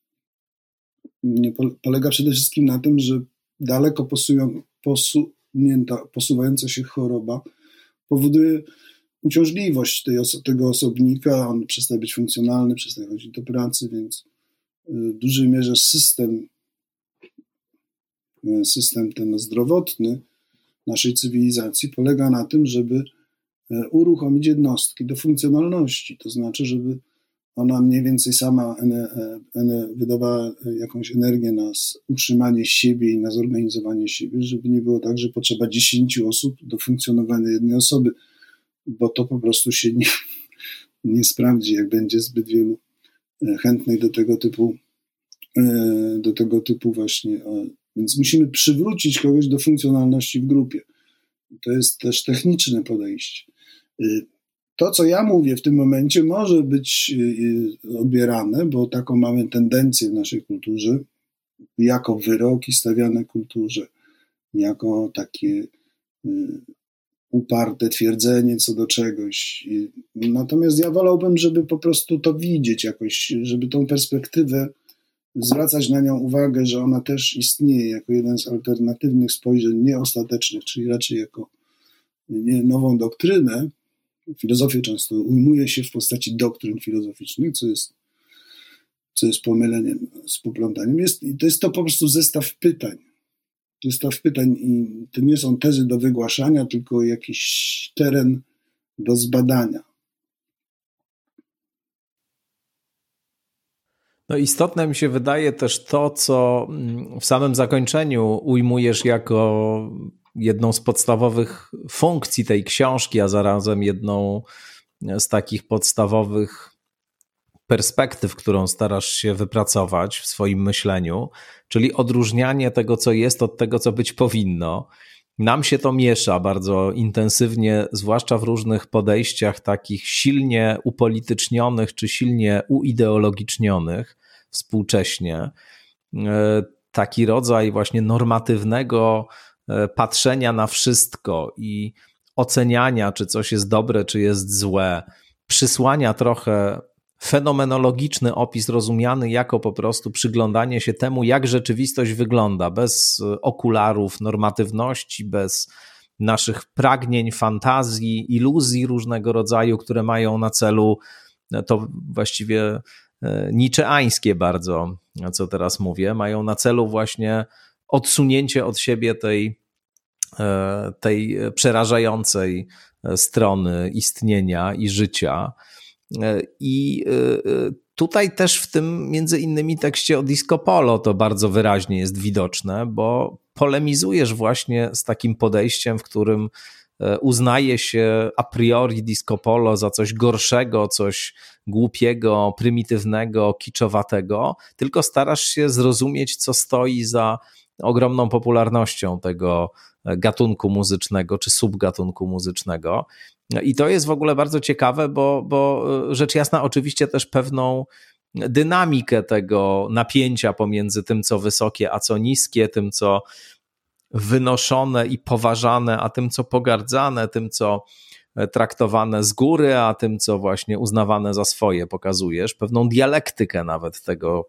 polega przede wszystkim na tym, że daleko posuwająca się choroba powoduje uciążliwość tego osobnika, on przestaje być funkcjonalny, przestaje chodzić do pracy, więc w dużej mierze system ten zdrowotny naszej cywilizacji polega na tym, żeby uruchomić jednostki do funkcjonalności, to znaczy, żeby ona mniej więcej sama wydawała jakąś energię na utrzymanie siebie i na zorganizowanie siebie, żeby nie było tak, że potrzeba 10 osób do funkcjonowania jednej osoby, bo to po prostu się nie sprawdzi, jak będzie zbyt wielu chętnych do tego typu właśnie. Więc musimy przywrócić kogoś do funkcjonalności w grupie. To jest też techniczne podejście. To, co ja mówię w tym momencie, może być odbierane, bo taką mamy tendencję w naszej kulturze, jako wyroki stawiane kulturze, jako takie uparte twierdzenie co do czegoś. Natomiast ja wolałbym, żeby po prostu to widzieć jakoś, żeby tą perspektywę zwracać na nią uwagę, że ona też istnieje jako jeden z alternatywnych spojrzeń nieostatecznych, czyli raczej jako nową doktrynę. Filozofię często ujmuje się w postaci doktryn filozoficznych, co jest pomyleniem, z poplątaniem. To jest to po prostu zestaw pytań. Zestaw pytań i to nie są tezy do wygłaszania, tylko jakiś teren do zbadania. No istotne mi się wydaje też to, co w samym zakończeniu ujmujesz jako jedną z podstawowych funkcji tej książki, a zarazem jedną z takich podstawowych perspektyw, którą starasz się wypracować w swoim myśleniu, czyli odróżnianie tego, co jest, od tego, co być powinno. Nam się to miesza bardzo intensywnie, zwłaszcza w różnych podejściach takich silnie upolitycznionych czy silnie uideologicznionych współcześnie. Taki rodzaj właśnie normatywnego patrzenia na wszystko i oceniania, czy coś jest dobre, czy jest złe, przysłania trochę fenomenologiczny opis rozumiany jako po prostu przyglądanie się temu, jak rzeczywistość wygląda, bez okularów normatywności, bez naszych pragnień, fantazji, iluzji różnego rodzaju, które mają na celu, to właściwie niczeańskie bardzo, co teraz mówię, mają na celu właśnie odsunięcie od siebie tej przerażającej strony istnienia i życia. I tutaj też w tym między innymi tekście o Disco Polo to bardzo wyraźnie jest widoczne, bo polemizujesz właśnie z takim podejściem, w którym uznaje się a priori Disco Polo za coś gorszego, coś głupiego, prymitywnego, kiczowatego, tylko starasz się zrozumieć, co stoi za ogromną popularnością tego gatunku muzycznego czy subgatunku muzycznego. I to jest w ogóle bardzo ciekawe, bo rzecz jasna oczywiście też pewną dynamikę tego napięcia pomiędzy tym, co wysokie, a co niskie, tym, co wynoszone i poważane, a tym, co pogardzane, tym, co traktowane z góry, a tym, co właśnie uznawane za swoje pokazujesz, pewną dialektykę nawet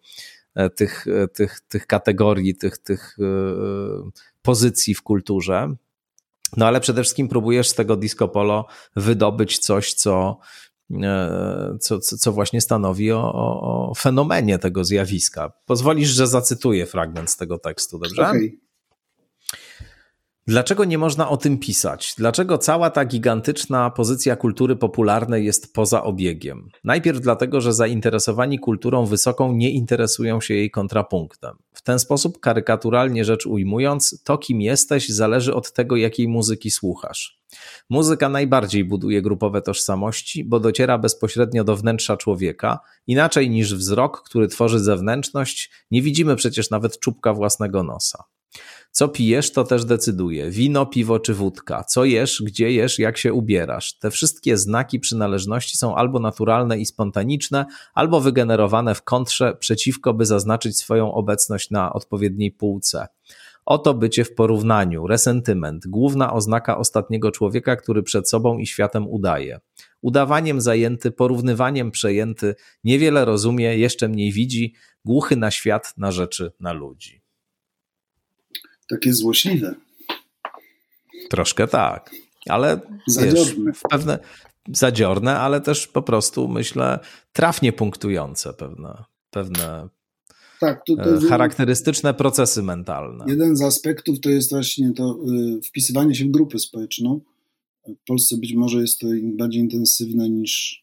tych kategorii, tych pozycji w kulturze. No ale przede wszystkim próbujesz z tego Disco Polo wydobyć coś, co właśnie stanowi o fenomenie tego zjawiska. Pozwolisz, że zacytuję fragment z tego tekstu, dobrze? Okay. Dlaczego nie można o tym pisać? Dlaczego cała ta gigantyczna pozycja kultury popularnej jest poza obiegiem? Najpierw dlatego, że zainteresowani kulturą wysoką nie interesują się jej kontrapunktem. W ten sposób, karykaturalnie rzecz ujmując, to kim jesteś zależy od tego, jakiej muzyki słuchasz. Muzyka najbardziej buduje grupowe tożsamości, bo dociera bezpośrednio do wnętrza człowieka. Inaczej niż wzrok, który tworzy zewnętrzność, nie widzimy przecież nawet czubka własnego nosa. Co pijesz, to też decyduje. Wino, piwo czy wódka. Co jesz, gdzie jesz, jak się ubierasz. Te wszystkie znaki przynależności są albo naturalne i spontaniczne, albo wygenerowane w kontrze przeciwko, by zaznaczyć swoją obecność na odpowiedniej półce. Oto bycie w porównaniu, resentyment, główna oznaka ostatniego człowieka, który przed sobą i światem udaje. Udawaniem zajęty, porównywaniem przejęty, niewiele rozumie, jeszcze mniej widzi, głuchy na świat, na rzeczy, na ludzi. Takie złośliwe. Troszkę tak, ale zadziorne. Pewne zadziorne, ale też po prostu myślę trafnie punktujące pewne tak, to charakterystyczne procesy mentalne. Jeden z aspektów to jest właśnie to wpisywanie się w grupę społeczną. W Polsce być może jest to bardziej intensywne niż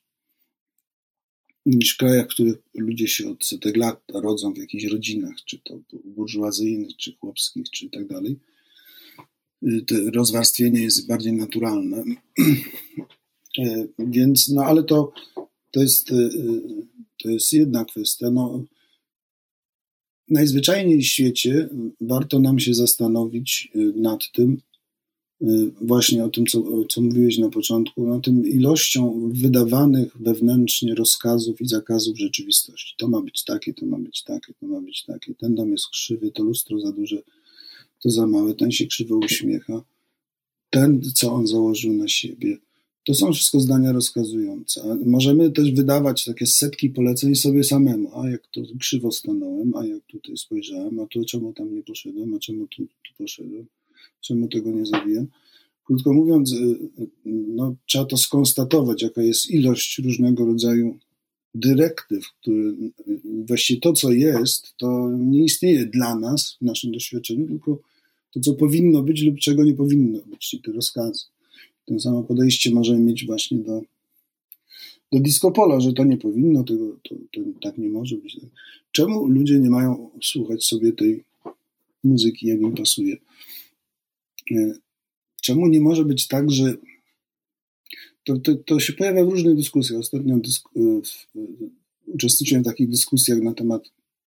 w krajach, w których ludzie się od setek lat rodzą w jakichś rodzinach, czy to burżuazyjnych, czy chłopskich, czy tak dalej. To rozwarstwienie jest bardziej naturalne. Więc, no ale to jest jedna kwestia. No, najzwyczajniej w świecie warto nam się zastanowić nad tym, właśnie o tym, co mówiłeś na początku, no tym ilością wydawanych wewnętrznie rozkazów i zakazów rzeczywistości. To ma być takie, to ma być takie, to ma być takie. Ten dom jest krzywy, to lustro za duże, to za małe, ten się krzywo uśmiecha. Ten, co on założył na siebie. To są wszystko zdania rozkazujące. A możemy też wydawać takie setki poleceń sobie samemu. A jak to krzywo stanąłem, a jak tutaj spojrzałem, a to czemu tam nie poszedłem, a czemu tu poszedłem. Czemu tego nie zrobiłem? Krótko mówiąc, no, trzeba to skonstatować, jaka jest ilość różnego rodzaju dyrektyw, które właściwie to, co jest, to nie istnieje dla nas w naszym doświadczeniu, tylko to, co powinno być lub czego nie powinno być, czyli te rozkazy. To samo podejście możemy mieć właśnie do Disco Polo, że to nie powinno, to tak nie może być. Czemu ludzie nie mają słuchać sobie tej muzyki, jak im pasuje? Czemu nie może być tak, że to się pojawia w różnych dyskusjach. Ostatnio uczestniczyłem w takich dyskusjach na temat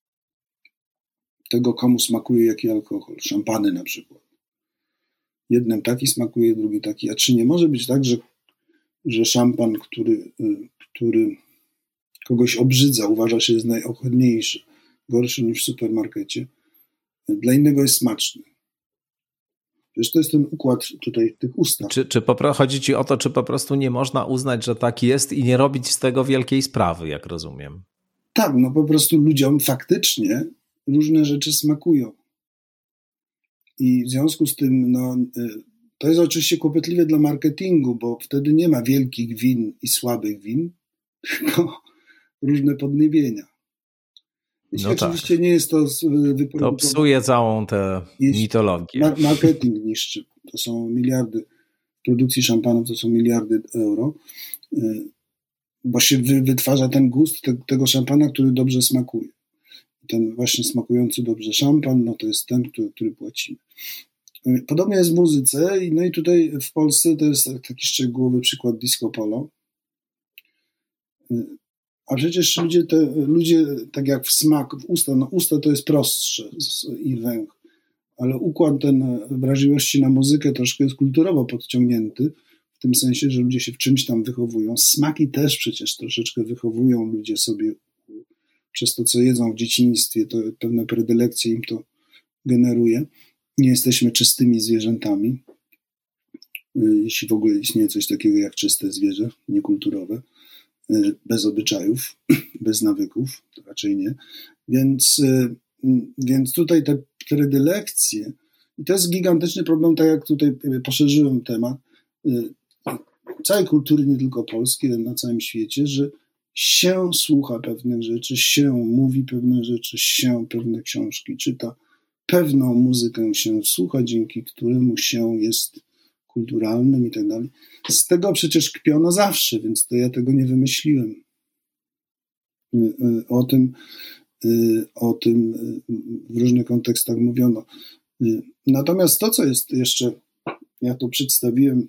tego, komu smakuje jaki alkohol. Szampany na przykład. Jednym taki smakuje, drugi taki. A czy nie może być tak, że szampan, który kogoś obrzydza, uważa się, jest najohydniejszy, gorszy niż w supermarkecie, dla innego jest smaczny? Przecież to jest ten układ tutaj tych ustaw. Chodzi ci o to, czy po prostu nie można uznać, że tak jest i nie robić z tego wielkiej sprawy, jak rozumiem? Tak, no po prostu ludziom faktycznie różne rzeczy smakują. I w związku z tym To jest oczywiście kłopotliwe dla marketingu, bo wtedy nie ma wielkich win i słabych win, tylko różne podniebienia. Jeśli oczywiście nie jest to To psuje całą tę mitologię. Marketing niszczy. To są miliardy produkcji szampanu, to są miliardy euro, bo się wytwarza ten gust tego szampana, który dobrze smakuje. Ten właśnie smakujący dobrze szampan, no to jest ten, który płacimy. Podobnie jest w muzyce, no i tutaj w Polsce to jest taki szczegółowy przykład disco polo. A przecież ludzie tak jak w smak, w usta, no usta to jest prostsze i węch, ale układ ten wrażliwości na muzykę troszkę jest kulturowo podciągnięty, w tym sensie, że ludzie się w czymś tam wychowują. Smaki też przecież troszeczkę wychowują ludzie sobie przez to, co jedzą w dzieciństwie, to pewne predylekcje im to generuje. Nie jesteśmy czystymi zwierzętami, jeśli w ogóle istnieje coś takiego jak czyste zwierzę, niekulturowe, bez obyczajów, bez nawyków, to raczej nie. Więc tutaj te predylekcje, i to jest gigantyczny problem, tak jak tutaj poszerzyłem temat, całej kultury, nie tylko polskiej, ale na całym świecie, że się słucha pewnych rzeczy, się mówi pewne rzeczy, się pewne książki czyta, pewną muzykę się słucha, dzięki któremu się jest kulturalnym i tak dalej. Z tego przecież kpiono zawsze, więc to ja tego nie wymyśliłem. O tym w różnych kontekstach mówiono. Natomiast to, co jest jeszcze, ja to przedstawiłem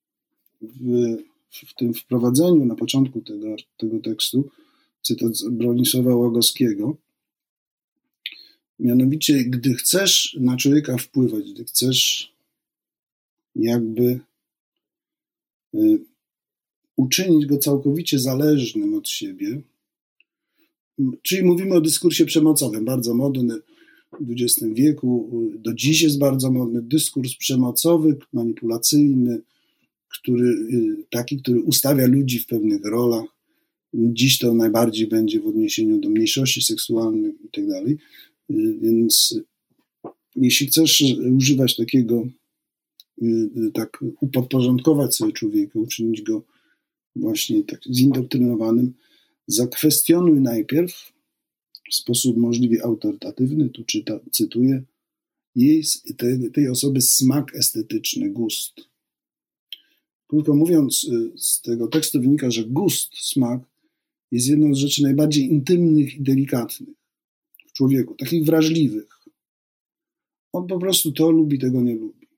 w tym wprowadzeniu na początku tego tekstu, cytat z Bronisława Łagowskiego, mianowicie, gdy chcesz na człowieka wpływać, gdy chcesz jakby uczynić go całkowicie zależnym od siebie, czyli mówimy o dyskursie przemocowym, bardzo modny w XX wieku, do dziś jest bardzo modny dyskurs przemocowy, manipulacyjny, który ustawia ludzi w pewnych rolach. Dziś to najbardziej będzie w odniesieniu do mniejszości seksualnych i tak dalej. Więc jeśli chcesz używać takiego, tak podporządkować sobie człowieka, uczynić go właśnie tak zindoktrynowanym, zakwestionuj najpierw w sposób możliwie autorytatywny, tu cytuję, tej osoby smak estetyczny, gust. Krótko mówiąc, z tego tekstu wynika, że gust, smak jest jedną z rzeczy najbardziej intymnych i delikatnych w człowieku, takich wrażliwych. On po prostu to lubi, tego nie lubi.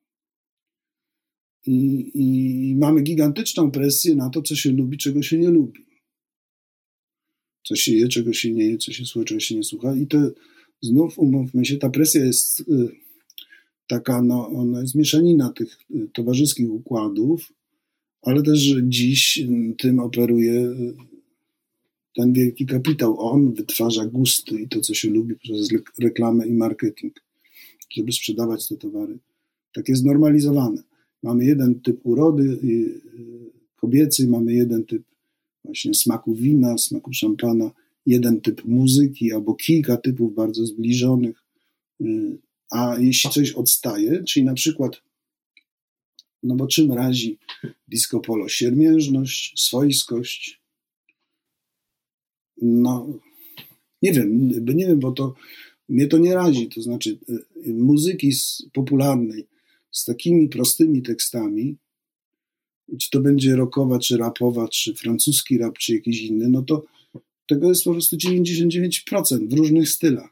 I mamy gigantyczną presję na to, co się lubi, czego się nie lubi. Co się je, czego się nie je, co się słucha, czego się nie słucha. I to znów, umówmy się, ta presja jest taka, no, ona jest mieszanina tych towarzyskich układów, ale też dziś tym operuje ten wielki kapitał. On wytwarza gusty i to, co się lubi przez reklamę i marketing, żeby sprzedawać te towary. Tak jest normalizowane. Mamy jeden typ urody kobiecej, mamy jeden typ właśnie smaku wina, smaku szampana, jeden typ muzyki albo kilka typów bardzo zbliżonych. A jeśli coś odstaje, czyli na przykład, no bo czym razi disco polo? Siermiężność, swojskość. No, nie wiem, bo to mnie to nie razi. To znaczy muzyki popularnej z takimi prostymi tekstami, czy to będzie rockowa, czy rapowa, czy francuski rap, czy jakiś inny, no to tego jest po prostu 99% w różnych stylach.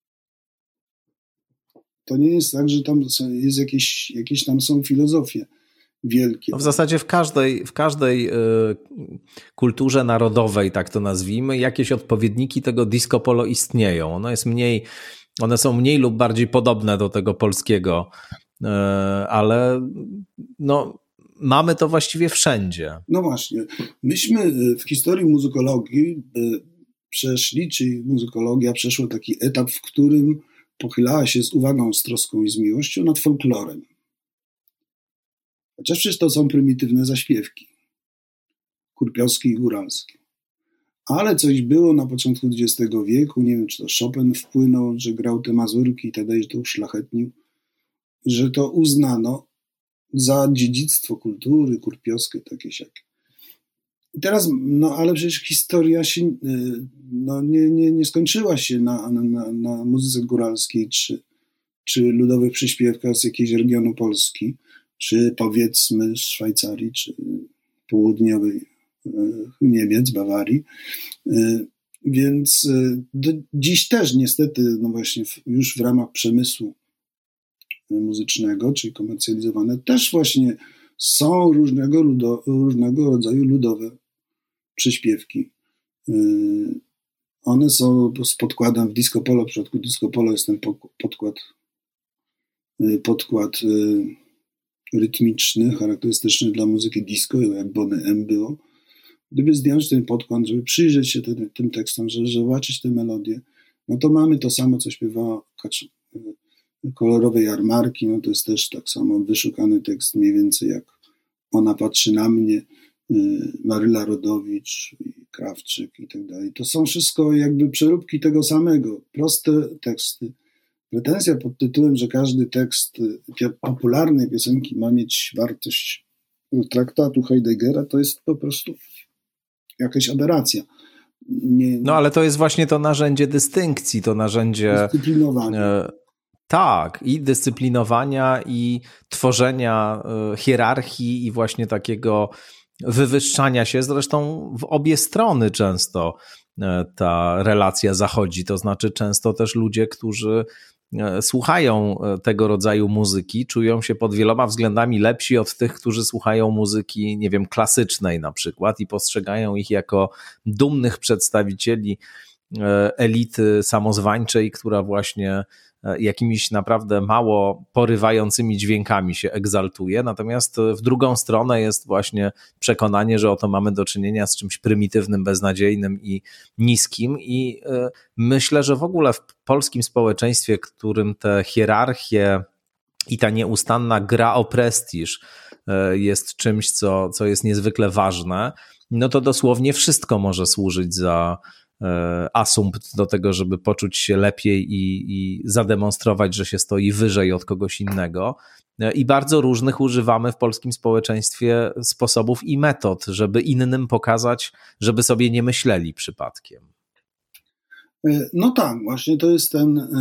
To nie jest tak, że tam jest jakieś tam są filozofie wielkie. No w zasadzie w każdej kulturze narodowej, tak to nazwijmy, jakieś odpowiedniki tego disco polo istnieją. One są mniej lub bardziej podobne do tego polskiego, ale no, mamy to właściwie wszędzie. No właśnie. Myśmy w historii muzykologii przeszli, czyli muzykologia przeszła taki etap, w którym pochylała się z uwagą, z troską i z miłością nad folklorem. Chociaż przecież to są prymitywne zaśpiewki, kurpiowskie i góralskie. Ale coś było na początku XX wieku, nie wiem, czy to Chopin wpłynął, że grał te mazurki i tak dalej, że to uszlachetnił, że to uznano za dziedzictwo kultury, kurpiowskie, takie siakie. I teraz, ale przecież historia się nie skończyła się na muzyce góralskiej, czy ludowych przyśpiewkach z jakiegoś regionu Polski, czy powiedzmy z Szwajcarii, czy południowej Niemiec, Bawarii. Więc dziś też niestety, no właśnie już w ramach przemysłu muzycznego, czyli komercjalizowane, też właśnie są różnego rodzaju ludowe przyśpiewki. One są z podkładem w disco polo. W przypadku disco polo jest ten podkład rytmiczny, charakterystyczny dla muzyki disco, jak Boney M było. Gdyby zdjąć ten podkład, żeby przyjrzeć się tym tekstom, żeby zobaczyć te melodie, no to mamy to samo, co śpiewała Kolorowe Jarmarki, no to jest też tak samo wyszukany tekst, mniej więcej jak Ona patrzy na mnie, Maryla Rodowicz, Krawczyk i tak dalej. To są wszystko jakby przeróbki tego samego, proste teksty. Pretensja pod tytułem, że każdy tekst popularnej piosenki ma mieć wartość traktatu Heideggera, to jest po prostu jakaś aberracja. No ale to jest właśnie to narzędzie dystynkcji, to narzędzie dyscyplinowania. Tak, i dyscyplinowania, i tworzenia hierarchii, i właśnie takiego wywyższania się. Zresztą w obie strony często ta relacja zachodzi. To znaczy często też ludzie, którzy słuchają tego rodzaju muzyki, czują się pod wieloma względami lepsi od tych, którzy słuchają muzyki, nie wiem, klasycznej na przykład i postrzegają ich jako dumnych przedstawicieli elity samozwańczej, która właśnie jakimiś naprawdę mało porywającymi dźwiękami się egzaltuje, natomiast w drugą stronę jest właśnie przekonanie, że oto mamy do czynienia z czymś prymitywnym, beznadziejnym i niskim i myślę, że w ogóle w polskim społeczeństwie, którym te hierarchie i ta nieustanna gra o prestiż jest czymś, co jest niezwykle ważne, no to dosłownie wszystko może służyć za asumpt do tego, żeby poczuć się lepiej i zademonstrować, że się stoi wyżej od kogoś innego. I bardzo różnych używamy w polskim społeczeństwie sposobów i metod, żeby innym pokazać, żeby sobie nie myśleli przypadkiem. No tak, właśnie to jest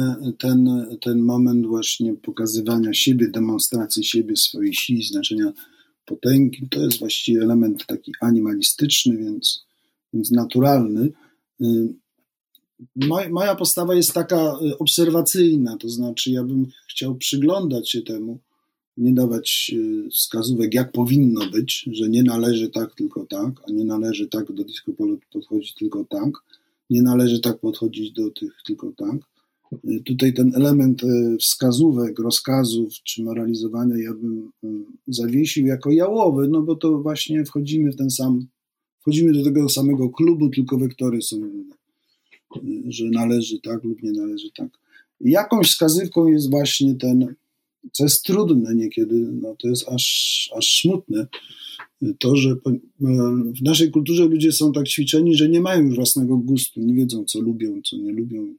ten moment właśnie pokazywania siebie, demonstracji siebie, swojej siły, znaczenia potęgi. To jest właściwie element taki animalistyczny, więc naturalny. Moja postawa jest taka obserwacyjna, to znaczy ja bym chciał przyglądać się temu, nie dawać wskazówek, jak powinno być, że nie należy tak, tylko tak, a nie należy tak do disco polo podchodzić tylko tak, nie należy tak podchodzić do tych tylko tak. Tutaj ten element wskazówek, rozkazów czy moralizowania ja bym zawiesił jako jałowy, no bo to właśnie wchodzimy do tego samego klubu, tylko wektory są inne, że należy tak lub nie należy tak. Jakąś wskazówką jest właśnie co jest trudne niekiedy, no to jest aż smutne, to, że w naszej kulturze ludzie są tak ćwiczeni, że nie mają już własnego gustu, nie wiedzą, co lubią, co nie lubią.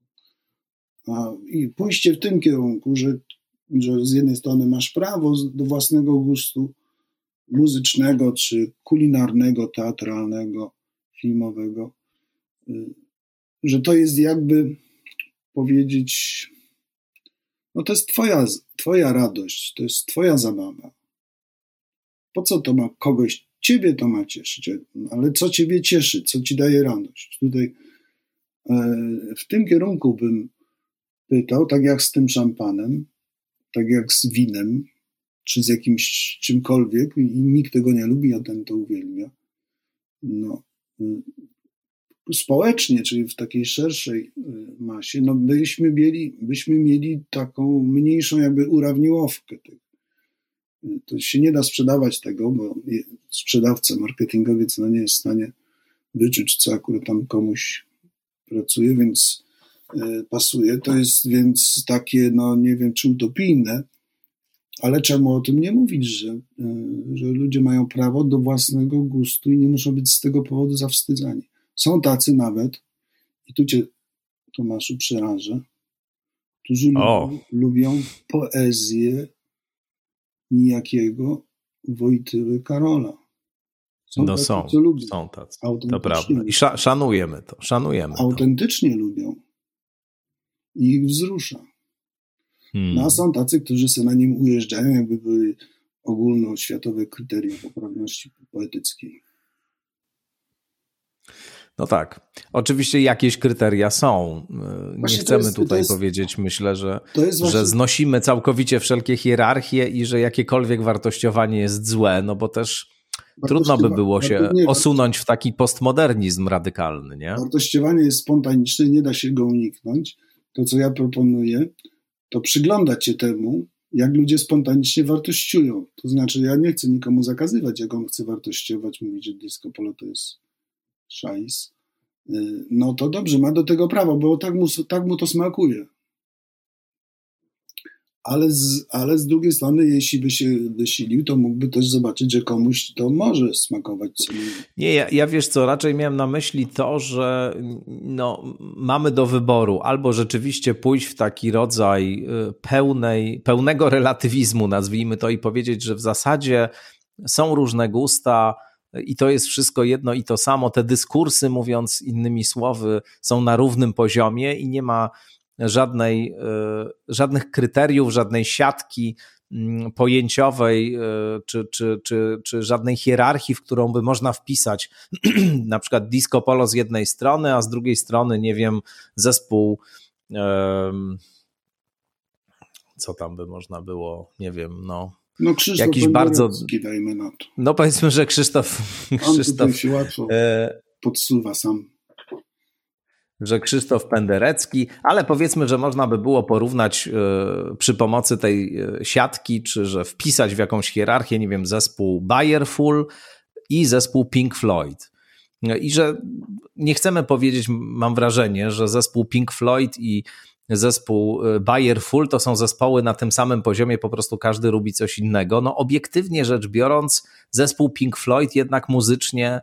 I pójście w tym kierunku, że z jednej strony masz prawo do własnego gustu muzycznego, czy kulinarnego, teatralnego, filmowego, że to jest jakby powiedzieć, no to jest twoja radość, to jest twoja zabawa. Po co to ma kogoś? Ciebie to ma cieszyć, ale co ciebie cieszy, co ci daje radość? Tutaj w tym kierunku bym pytał, tak jak z tym szampanem, tak jak z winem, czy z jakimś czymkolwiek i nikt tego nie lubi, a ten to uwielbia. No, społecznie, czyli w takiej szerszej masie, no byśmy mieli taką mniejszą jakby urawniłowkę. To się nie da sprzedawać tego, bo sprzedawca, marketingowiec nie jest w stanie wyczuć, co akurat tam komuś pracuje, więc pasuje. To jest więc takie, no nie wiem, czy utopijne, ale czemu o tym nie mówić, że ludzie mają prawo do własnego gustu i nie muszą być z tego powodu zawstydzani. Są tacy nawet, i tu cię, Tomaszu, przerażę, którzy lubią poezję nijakiego Wojtyły Karola. Są tacy, co lubią. Są tacy, to prawda. I szanujemy to, autentycznie lubią. I ich wzrusza. No a są tacy, którzy sobie na nim ujeżdżają, jakby były ogólnoświatowe kryteria poprawności poetyckiej. No tak. Oczywiście jakieś kryteria są. Nie chcemy tutaj powiedzieć, myślę, że znosimy całkowicie wszelkie hierarchie i że jakiekolwiek wartościowanie jest złe, no bo też trudno by było się osunąć w taki postmodernizm radykalny, nie? Wartościowanie jest spontaniczne, nie da się go uniknąć. To, co ja proponuję, to przyglądać się temu, jak ludzie spontanicznie wartościują. To znaczy, ja nie chcę nikomu zakazywać, jak on chce wartościować, mówić, że disco polo to jest szajs. No to dobrze, ma do tego prawo, bo tak mu to smakuje. Ale z drugiej strony, jeśli by się wysilił, to mógłby też zobaczyć, że komuś to może smakować. Nie, ja wiesz co, raczej miałem na myśli to, że mamy do wyboru albo rzeczywiście pójść w taki rodzaj pełnego relatywizmu, nazwijmy to, i powiedzieć, że w zasadzie są różne gusta i to jest wszystko jedno i to samo. Te dyskursy, mówiąc innymi słowy, są na równym poziomie i nie ma żadnych kryteriów, żadnej siatki pojęciowej czy żadnej hierarchii, w którą by można wpisać na przykład disco polo z jednej strony, a z drugiej strony, nie wiem, zespół co tam by można było, nie wiem, Krzysztof jakiś bardzo, dajmy na to. No powiedzmy, że Krzysztof się łatwo podsuwa sam. Że Krzysztof Penderecki, ale powiedzmy, że można by było porównać przy pomocy tej siatki, czy że wpisać w jakąś hierarchię, nie wiem, zespół Bayerful i zespół Pink Floyd. I że nie chcemy powiedzieć, mam wrażenie, że zespół Pink Floyd i zespół Bayerful to są zespoły na tym samym poziomie, po prostu każdy lubi coś innego. No obiektywnie rzecz biorąc, zespół Pink Floyd jednak muzycznie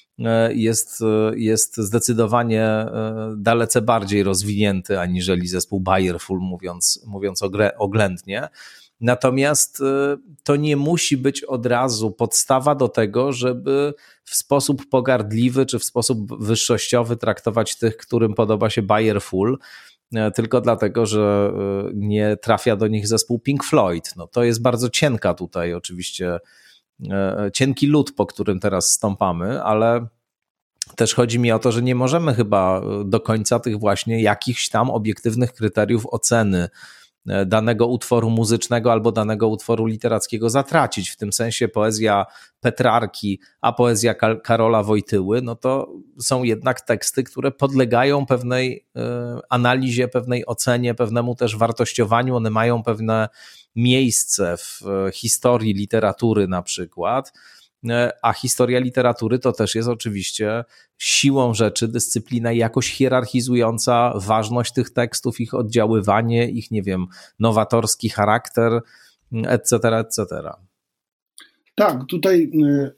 jest zdecydowanie dalece bardziej rozwinięty aniżeli zespół Bayerful, mówiąc oględnie. Natomiast to nie musi być od razu podstawa do tego, żeby w sposób pogardliwy czy w sposób wyższościowy traktować tych, którym podoba się Bayerful, tylko dlatego, że nie trafia do nich zespół Pink Floyd. No, to jest bardzo cienka tutaj oczywiście, cienki lód, po którym teraz stąpamy, ale też chodzi mi o to, że nie możemy chyba do końca tych właśnie jakichś tam obiektywnych kryteriów oceny danego utworu muzycznego albo danego utworu literackiego zatracić. W tym sensie poezja Petrarki, a poezja Karola Wojtyły, no to są jednak teksty, które podlegają pewnej analizie, pewnej ocenie, pewnemu też wartościowaniu. One mają pewne miejsce w historii literatury na przykład, a historia literatury to też jest oczywiście siłą rzeczy dyscyplina jakoś hierarchizująca ważność tych tekstów, ich oddziaływanie, ich, nie wiem, nowatorski charakter, etc., etc. Tak, tutaj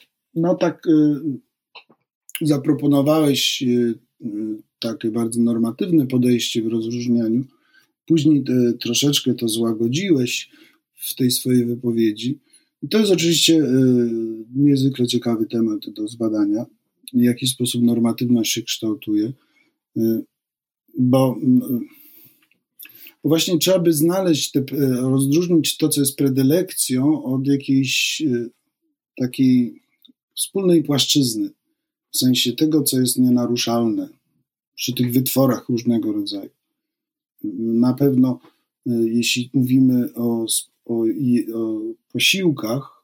zaproponowałeś takie bardzo normatywne podejście w rozróżnianiu. Później troszeczkę to złagodziłeś w tej swojej wypowiedzi. I to jest oczywiście niezwykle ciekawy temat do zbadania, w jaki sposób normatywność się kształtuje, bo właśnie trzeba by znaleźć, rozróżnić to, co jest predylekcją od jakiejś takiej wspólnej płaszczyzny, w sensie tego, co jest nienaruszalne przy tych wytworach różnego rodzaju. Na pewno, jeśli mówimy o posiłkach,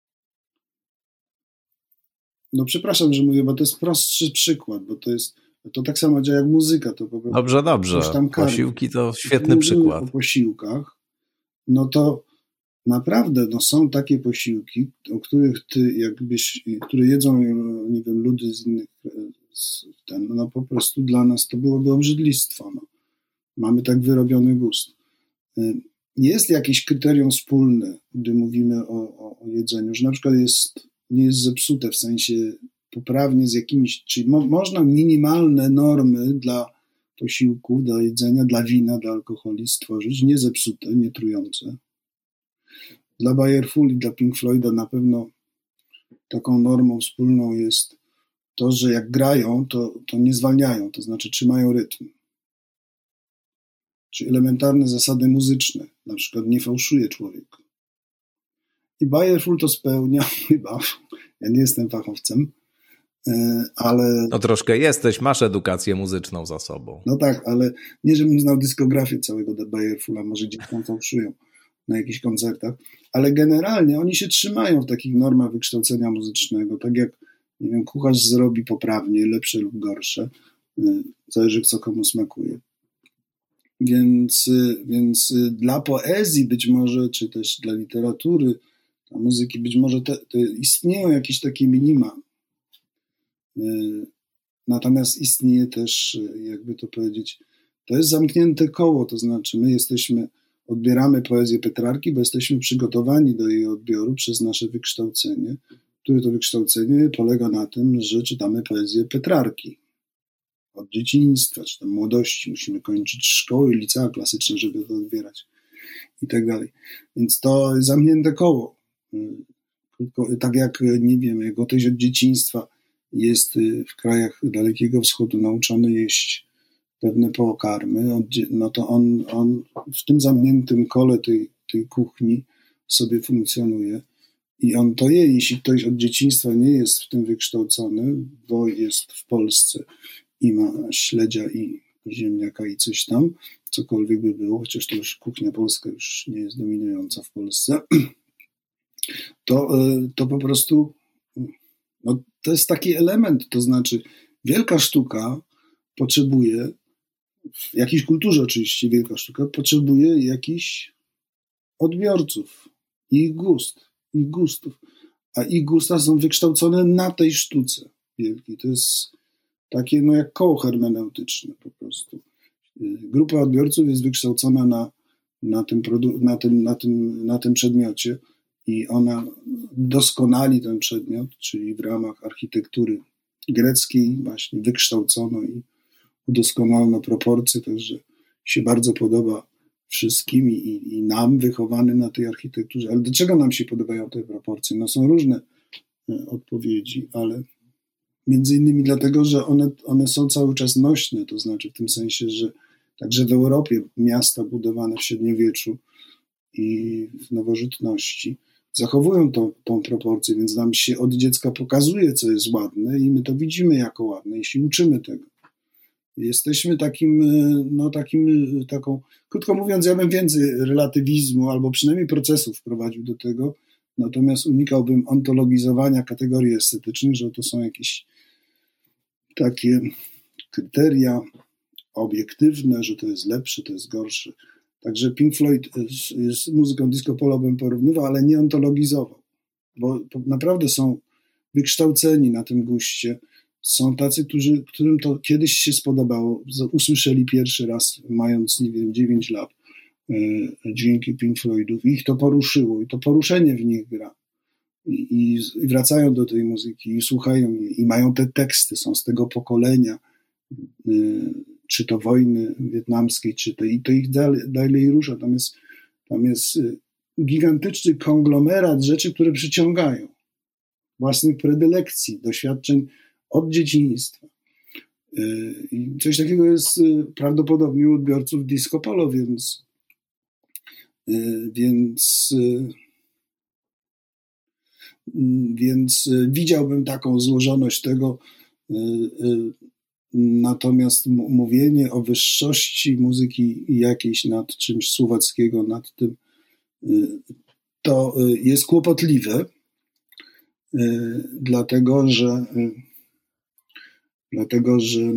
przepraszam, że mówię, bo to jest prostszy przykład, bo to tak samo działa jak muzyka. To po prostu dobrze. Posiłki to świetny przykład. O posiłkach, to naprawdę są takie posiłki, o których które jedzą, nie wiem, ludy z innych, po prostu dla nas to byłoby obrzydlistwo. Mamy tak wyrobiony gust. Jest jakieś kryterium wspólne, gdy mówimy o jedzeniu, że na przykład nie jest zepsute, w sensie poprawnie z jakimiś, czyli można minimalne normy dla posiłków, dla jedzenia, dla wina, dla alkoholi stworzyć, nie zepsute, nie trujące. Dla Bayerful i dla Pink Floyda na pewno taką normą wspólną jest to, że jak grają, to nie zwalniają, to znaczy trzymają rytm. Czy elementarne zasady muzyczne, na przykład nie fałszuje człowiek. I Bayerful to spełnia chyba. Ja nie jestem fachowcem, ale... No troszkę jesteś, masz edukację muzyczną za sobą. No tak, ale nie, żebym znał dyskografię całego Bayerfula, może gdzieś tam fałszują na jakichś koncertach, ale generalnie oni się trzymają w takich normach wykształcenia muzycznego, tak jak, nie wiem, kucharz zrobi poprawnie, lepsze lub gorsze, zależy co komu smakuje. Więc dla poezji być może, czy też dla literatury, dla muzyki być może istnieją jakieś takie minima. Natomiast istnieje też, jakby to powiedzieć, to jest zamknięte koło, to znaczy my odbieramy poezję Petrarki, bo jesteśmy przygotowani do jej odbioru przez nasze wykształcenie, które to wykształcenie polega na tym, że czytamy poezję Petrarki. Od dzieciństwa, czy tam młodości musimy kończyć szkoły, licea klasyczne, żeby to odbierać i tak dalej. Więc to jest zamknięte koło. Tak jak, nie wiem, jak ktoś od dzieciństwa jest w krajach Dalekiego Wschodu nauczony jeść pewne pokarmy, no to on w tym zamkniętym kole tej kuchni sobie funkcjonuje i on to je. Jeśli ktoś od dzieciństwa nie jest w tym wykształcony, bo jest w Polsce i ma śledzia i ziemniaka i coś tam, cokolwiek by było, chociaż to już kuchnia polska już nie jest dominująca w Polsce, to po prostu no, to jest taki element, to znaczy wielka sztuka potrzebuje, w jakiejś kulturze oczywiście wielka sztuka potrzebuje jakichś odbiorców, ich gustów, a ich gusta są wykształcone na tej sztuce wielkiej. To jest takie no jak koło hermeneutyczne po prostu. Grupa odbiorców jest wykształcona na tym przedmiocie i ona doskonali ten przedmiot, czyli w ramach architektury greckiej właśnie wykształcono i udoskonalono proporcje, także się bardzo podoba wszystkim i nam wychowany na tej architekturze. Ale dlaczego nam się podobają te proporcje? No są różne odpowiedzi, ale między innymi dlatego, że one są cały czas nośne, to znaczy w tym sensie, że także w Europie miasta budowane w średniowieczu i w nowożytności zachowują tą proporcję, więc nam się od dziecka pokazuje, co jest ładne i my to widzimy jako ładne i się uczymy tego. Jesteśmy taką, krótko mówiąc, ja bym więcej relatywizmu albo przynajmniej procesów wprowadził do tego, natomiast unikałbym ontologizowania kategorii estetycznych, że to są jakieś takie kryteria obiektywne, że to jest lepsze, to jest gorsze. Także Pink Floyd z muzyką disco polo bym porównywał, ale nie ontologizował, bo naprawdę są wykształceni na tym guście. Są tacy, którym to kiedyś się spodobało, usłyszeli pierwszy raz, mając, nie wiem, 9 lat, dźwięki Pink Floydów i ich to poruszyło i to poruszenie w nich gra. I wracają do tej muzyki i słuchają jej i mają te teksty, są z tego pokolenia, czy to wojny wietnamskiej, i to ich dalej rusza. Tam jest gigantyczny konglomerat rzeczy, które przyciągają, własnych predylekcji, doświadczeń od dzieciństwa. I coś takiego jest prawdopodobnie u odbiorców disco polo, więc widziałbym taką złożoność tego, natomiast mówienie o wyższości muzyki jakiejś nad czymś słowackiego, nad tym, to jest kłopotliwe, dlatego że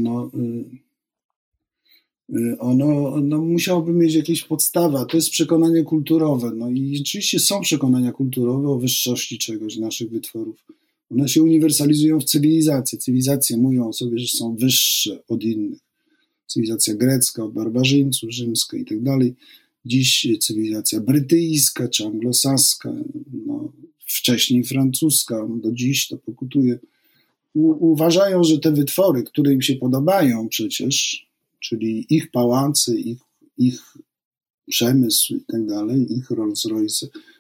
ono musiałoby mieć jakieś podstawy. To jest przekonanie kulturowe. No i rzeczywiście są przekonania kulturowe o wyższości czegoś, naszych wytworów. One się uniwersalizują w cywilizację. Cywilizacje mówią o sobie, że są wyższe od innych. Cywilizacja grecka od barbarzyńców, rzymska i tak dalej. Dziś cywilizacja brytyjska czy anglosaska, wcześniej francuska, do dziś to pokutuje. Uważają, że te wytwory, które im się podobają przecież, czyli ich pałace, ich przemysł i tak dalej, ich Rolls-Royce,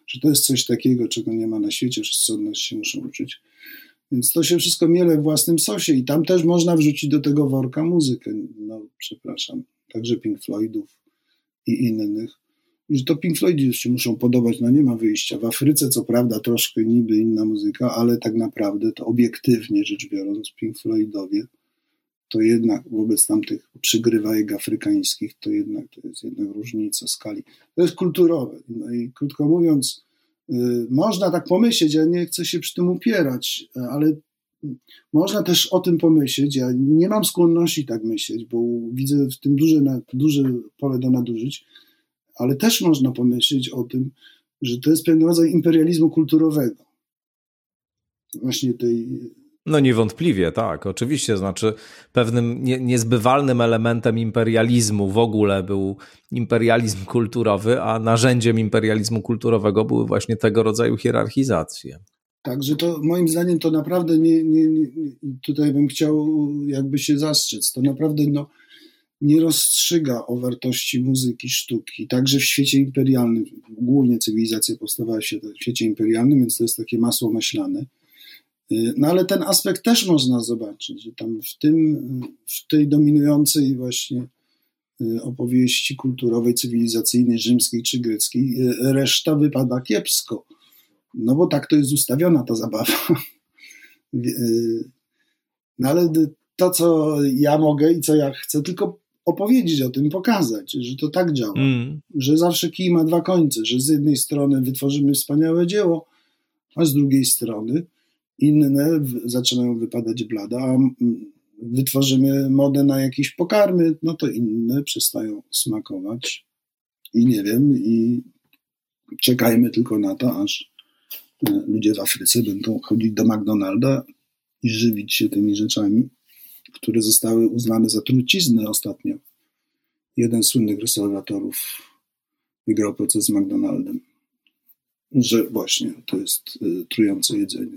że to jest coś takiego, czego nie ma na świecie, wszyscy od nas się muszą uczyć. Więc to się wszystko miele w własnym sosie i tam też można wrzucić do tego worka muzykę, no przepraszam, także Pink Floydów i innych. Że to Pink Floydy się muszą podobać, no nie ma wyjścia. W Afryce co prawda troszkę niby inna muzyka, ale tak naprawdę to obiektywnie rzecz biorąc Pink Floydowie to jednak wobec tamtych przygrywajek afrykańskich to jest jednak różnica skali. To jest kulturowe. No i krótko mówiąc, można tak pomyśleć, ja nie chcę się przy tym upierać, ale można też o tym pomyśleć. Ja nie mam skłonności tak myśleć, bo widzę w tym duże pole do nadużyć, ale też można pomyśleć o tym, że to jest pewien rodzaj imperializmu kulturowego. Właśnie tej... No niewątpliwie, tak, oczywiście, znaczy pewnym niezbywalnym elementem imperializmu w ogóle był imperializm kulturowy, a narzędziem imperializmu kulturowego były właśnie tego rodzaju hierarchizacje. Także to moim zdaniem to naprawdę tutaj bym chciał jakby się zastrzec, to naprawdę nie rozstrzyga o wartości muzyki, sztuki, także w świecie imperialnym, głównie cywilizacja powstawała w świecie imperialnym, więc to jest takie masło maślane. No ale ten aspekt też można zobaczyć, że tam w tej dominującej właśnie opowieści kulturowej, cywilizacyjnej, rzymskiej czy greckiej, reszta wypada kiepsko. No bo tak to jest ustawiona ta zabawa. No ale to, co ja mogę i co ja chcę, tylko opowiedzieć o tym, pokazać, że to tak działa. Że zawsze kij ma dwa końce, że z jednej strony wytworzymy wspaniałe dzieło, a z drugiej strony inne zaczynają wypadać blada, a wytworzymy modę na jakieś pokarmy, no to inne przestają smakować i nie wiem, i czekajmy tylko na to, aż ludzie w Afryce będą chodzić do McDonalda i żywić się tymi rzeczami, które zostały uznane za truciznę ostatnio. Jeden z słynnych restauratorów wygrał proces z McDonaldem, że właśnie to jest trujące jedzenie.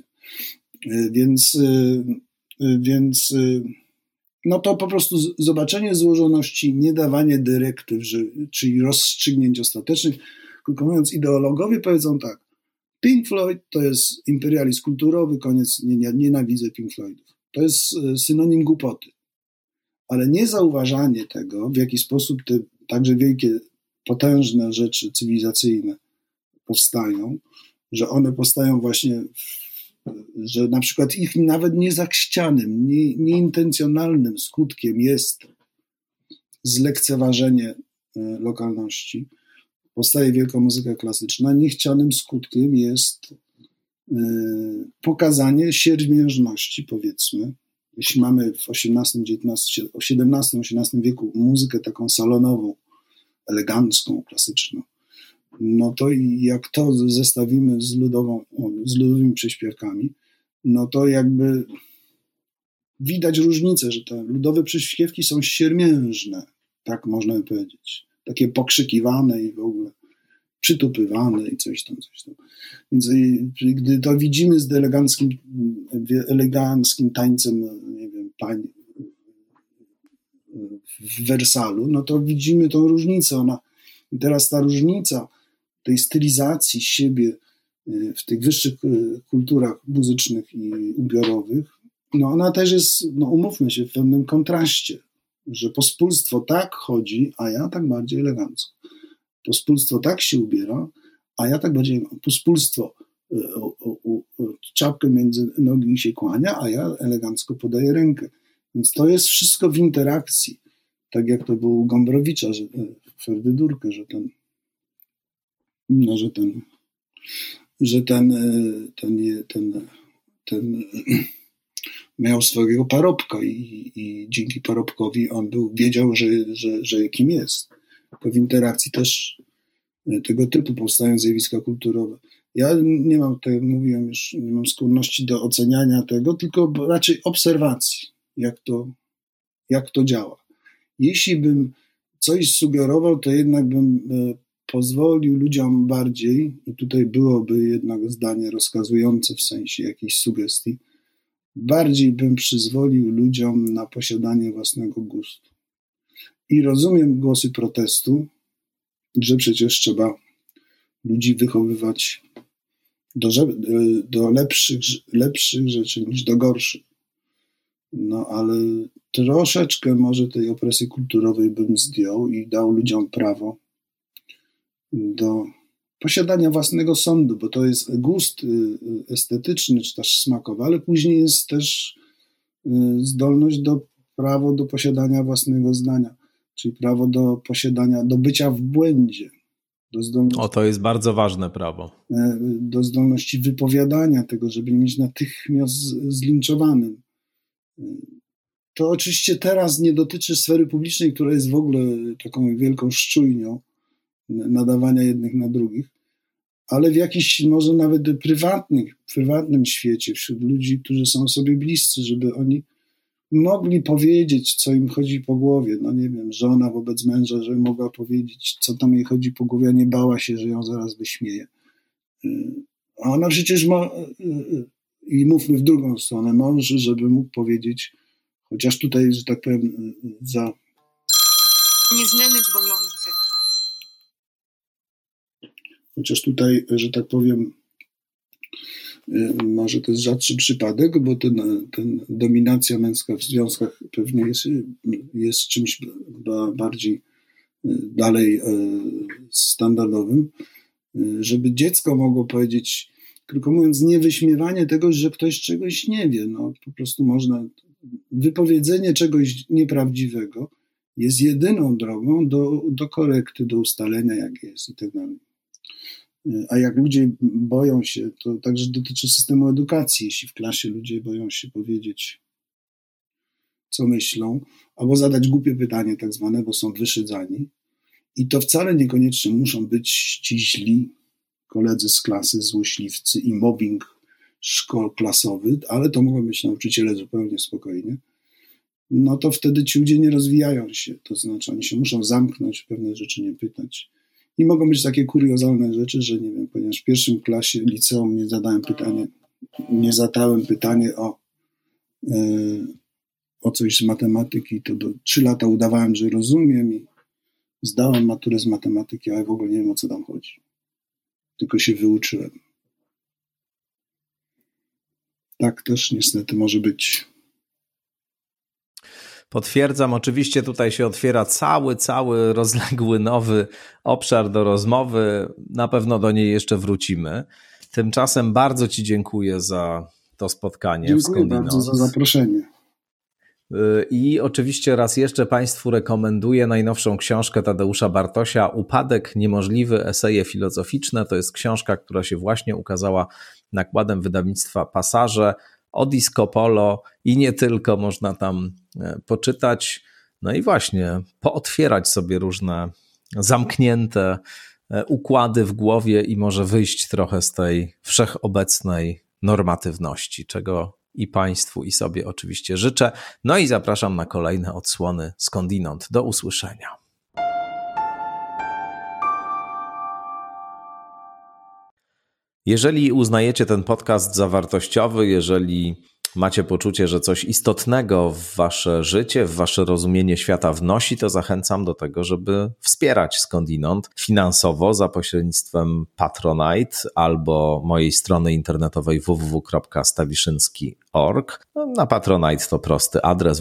Więc no to po prostu zobaczenie złożoności, nie dawanie dyrektyw, czyli rozstrzygnięć ostatecznych. Krótko mówiąc, ideologowie powiedzą tak, Pink Floyd to jest imperializm kulturowy, koniec, nienawidzę Pink Floydów. To jest synonim głupoty. Ale niezauważanie tego, w jaki sposób te także wielkie, potężne rzeczy cywilizacyjne powstają, że one powstają właśnie, że na przykład ich nawet niezachcianym, nieintencjonalnym skutkiem jest zlekceważenie lokalności. Powstaje wielka muzyka klasyczna, niechcianym skutkiem jest pokazanie siermiężności, powiedzmy. Jeśli mamy w XVII-XVIII wieku muzykę taką salonową, elegancką, klasyczną, no to jak to zestawimy z ludowymi prześpiewkami, no to jakby widać różnicę, że te ludowe prześpiewki są siermiężne, tak można by powiedzieć. Takie pokrzykiwane i w ogóle przytupywane i coś tam. Więc gdy to widzimy z eleganckim tańcem, nie wiem, pań w Wersalu, no to widzimy tą różnicę. I teraz ta różnica tej stylizacji siebie w tych wyższych kulturach muzycznych i ubiorowych, no ona też jest, no umówmy się, w pewnym kontraście, że pospólstwo tak chodzi, a ja tak bardziej elegancko. Pospólstwo tak się ubiera, a ja tak bardziej, pospólstwo czapkę między nogi się kłania, a ja elegancko podaję rękę. Więc to jest wszystko w interakcji. Tak jak to było u Gombrowicza, że Ferdydurkę, że ten miał swojego parobka i dzięki parobkowi on wiedział, że kim jest. To w interakcji też tego typu powstają zjawiska kulturowe. Ja nie mam, tak jak mówiłem już, nie mam skłonności do oceniania tego, tylko raczej obserwacji, jak to działa. Jeśli bym coś sugerował, to jednak bym pozwolił ludziom bardziej, i tutaj byłoby jednak zdanie rozkazujące w sensie jakiejś sugestii, bardziej bym przyzwolił ludziom na posiadanie własnego gustu. I rozumiem głosy protestu, że przecież trzeba ludzi wychowywać do lepszych rzeczy niż do gorszych. No ale troszeczkę może tej opresji kulturowej bym zdjął i dał ludziom prawo do posiadania własnego sądu, bo to jest gust estetyczny czy też smakowy, ale później jest też zdolność prawo do posiadania własnego zdania, czyli prawo do posiadania, do bycia w błędzie. To jest bardzo ważne prawo. Do zdolności wypowiadania tego, żeby nie być natychmiast zlinczowanym. To oczywiście teraz nie dotyczy sfery publicznej, która jest w ogóle taką wielką szczujnią nadawania jednych na drugich, ale w jakiś może nawet prywatnym świecie, wśród ludzi, którzy są sobie bliscy, żeby oni mogli powiedzieć, co im chodzi po głowie. No nie wiem, żona wobec męża, żeby mogła powiedzieć, co tam jej chodzi po głowie, a nie bała się, że ją zaraz wyśmieje. A ona przecież ma, i mówmy w drugą stronę, mąż, żeby mógł powiedzieć, chociaż tutaj, że tak powiem, nieznany dzwoniący. Chociaż tutaj, że tak powiem, może to jest rzadszy przypadek, bo ten dominacja męska w związkach pewnie jest czymś bardziej dalej standardowym, żeby dziecko mogło powiedzieć, krótko mówiąc, nie wyśmiewanie tego, że ktoś czegoś nie wie. No, po prostu można, wypowiedzenie czegoś nieprawdziwego jest jedyną drogą do korekty, do ustalenia, jak jest i tak dalej. A jak ludzie boją się, to także dotyczy systemu edukacji, jeśli w klasie ludzie boją się powiedzieć, co myślą, albo zadać głupie pytanie tak zwane, bo są wyszydzani. I to wcale niekoniecznie muszą być ci źli koledzy z klasy, złośliwcy i mobbing klasowy, ale to mogą być nauczyciele zupełnie spokojnie. No to wtedy ci ludzie nie rozwijają się, to znaczy oni się muszą zamknąć, pewne rzeczy nie pytać. I mogą być takie kuriozalne rzeczy, że nie wiem, ponieważ w pierwszym klasie liceum nie zadałem pytanie o coś z matematyki, to 3 lata udawałem, że rozumiem i zdałem maturę z matematyki, ale w ogóle nie wiem, o co tam chodzi. Tylko się wyuczyłem. Tak też niestety może być. Potwierdzam, oczywiście tutaj się otwiera cały rozległy nowy obszar do rozmowy. Na pewno do niej jeszcze wrócimy. Tymczasem bardzo Ci dziękuję za to spotkanie. Dziękuję bardzo za zaproszenie. I oczywiście raz jeszcze Państwu rekomenduję najnowszą książkę Tadeusza Bartosia Upadek niemożliwy, eseje filozoficzne. To jest książka, która się właśnie ukazała nakładem wydawnictwa Passage. O Disco Polo i nie tylko można tam poczytać. No i właśnie pootwierać sobie różne zamknięte układy w głowie i może wyjść trochę z tej wszechobecnej normatywności, czego i Państwu, i sobie oczywiście życzę. No i zapraszam na kolejne odsłony Skądinąd. Do usłyszenia. Jeżeli uznajecie ten podcast za wartościowy, jeżeli macie poczucie, że coś istotnego w wasze życie, w wasze rozumienie świata wnosi, to zachęcam do tego, żeby wspierać Skądinąd finansowo za pośrednictwem Patronite albo mojej strony internetowej www.stawiszynski.org. Na Patronite to prosty adres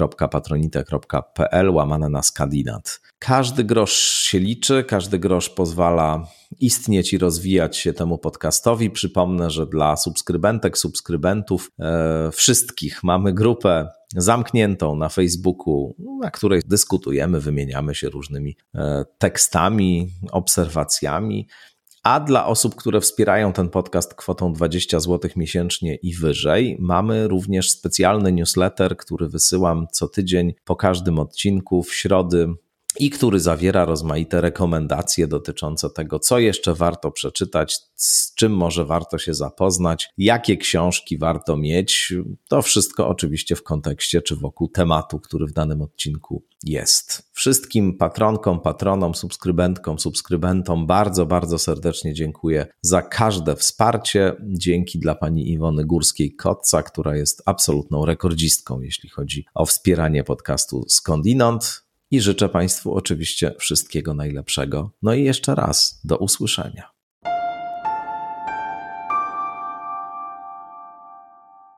www.patronite.pl/Skandinat. Każdy grosz się liczy, każdy grosz pozwala istnieć i rozwijać się temu podcastowi. Przypomnę, że dla subskrybentek, subskrybentów wszystkich mamy grupę zamkniętą na Facebooku, na której dyskutujemy, wymieniamy się różnymi tekstami, obserwacjami. A dla osób, które wspierają ten podcast kwotą 20 zł miesięcznie i wyżej, mamy również specjalny newsletter, który wysyłam co tydzień po każdym odcinku w środy i który zawiera rozmaite rekomendacje dotyczące tego, co jeszcze warto przeczytać, z czym może warto się zapoznać, jakie książki warto mieć. To wszystko oczywiście w kontekście czy wokół tematu, który w danym odcinku jest. Wszystkim patronkom, patronom, subskrybentkom, subskrybentom bardzo, bardzo serdecznie dziękuję za każde wsparcie. Dzięki dla pani Iwony Górskiej-Kotca, która jest absolutną rekordzistką, jeśli chodzi o wspieranie podcastu Skądinąd. I życzę Państwu oczywiście wszystkiego najlepszego. No i jeszcze raz do usłyszenia.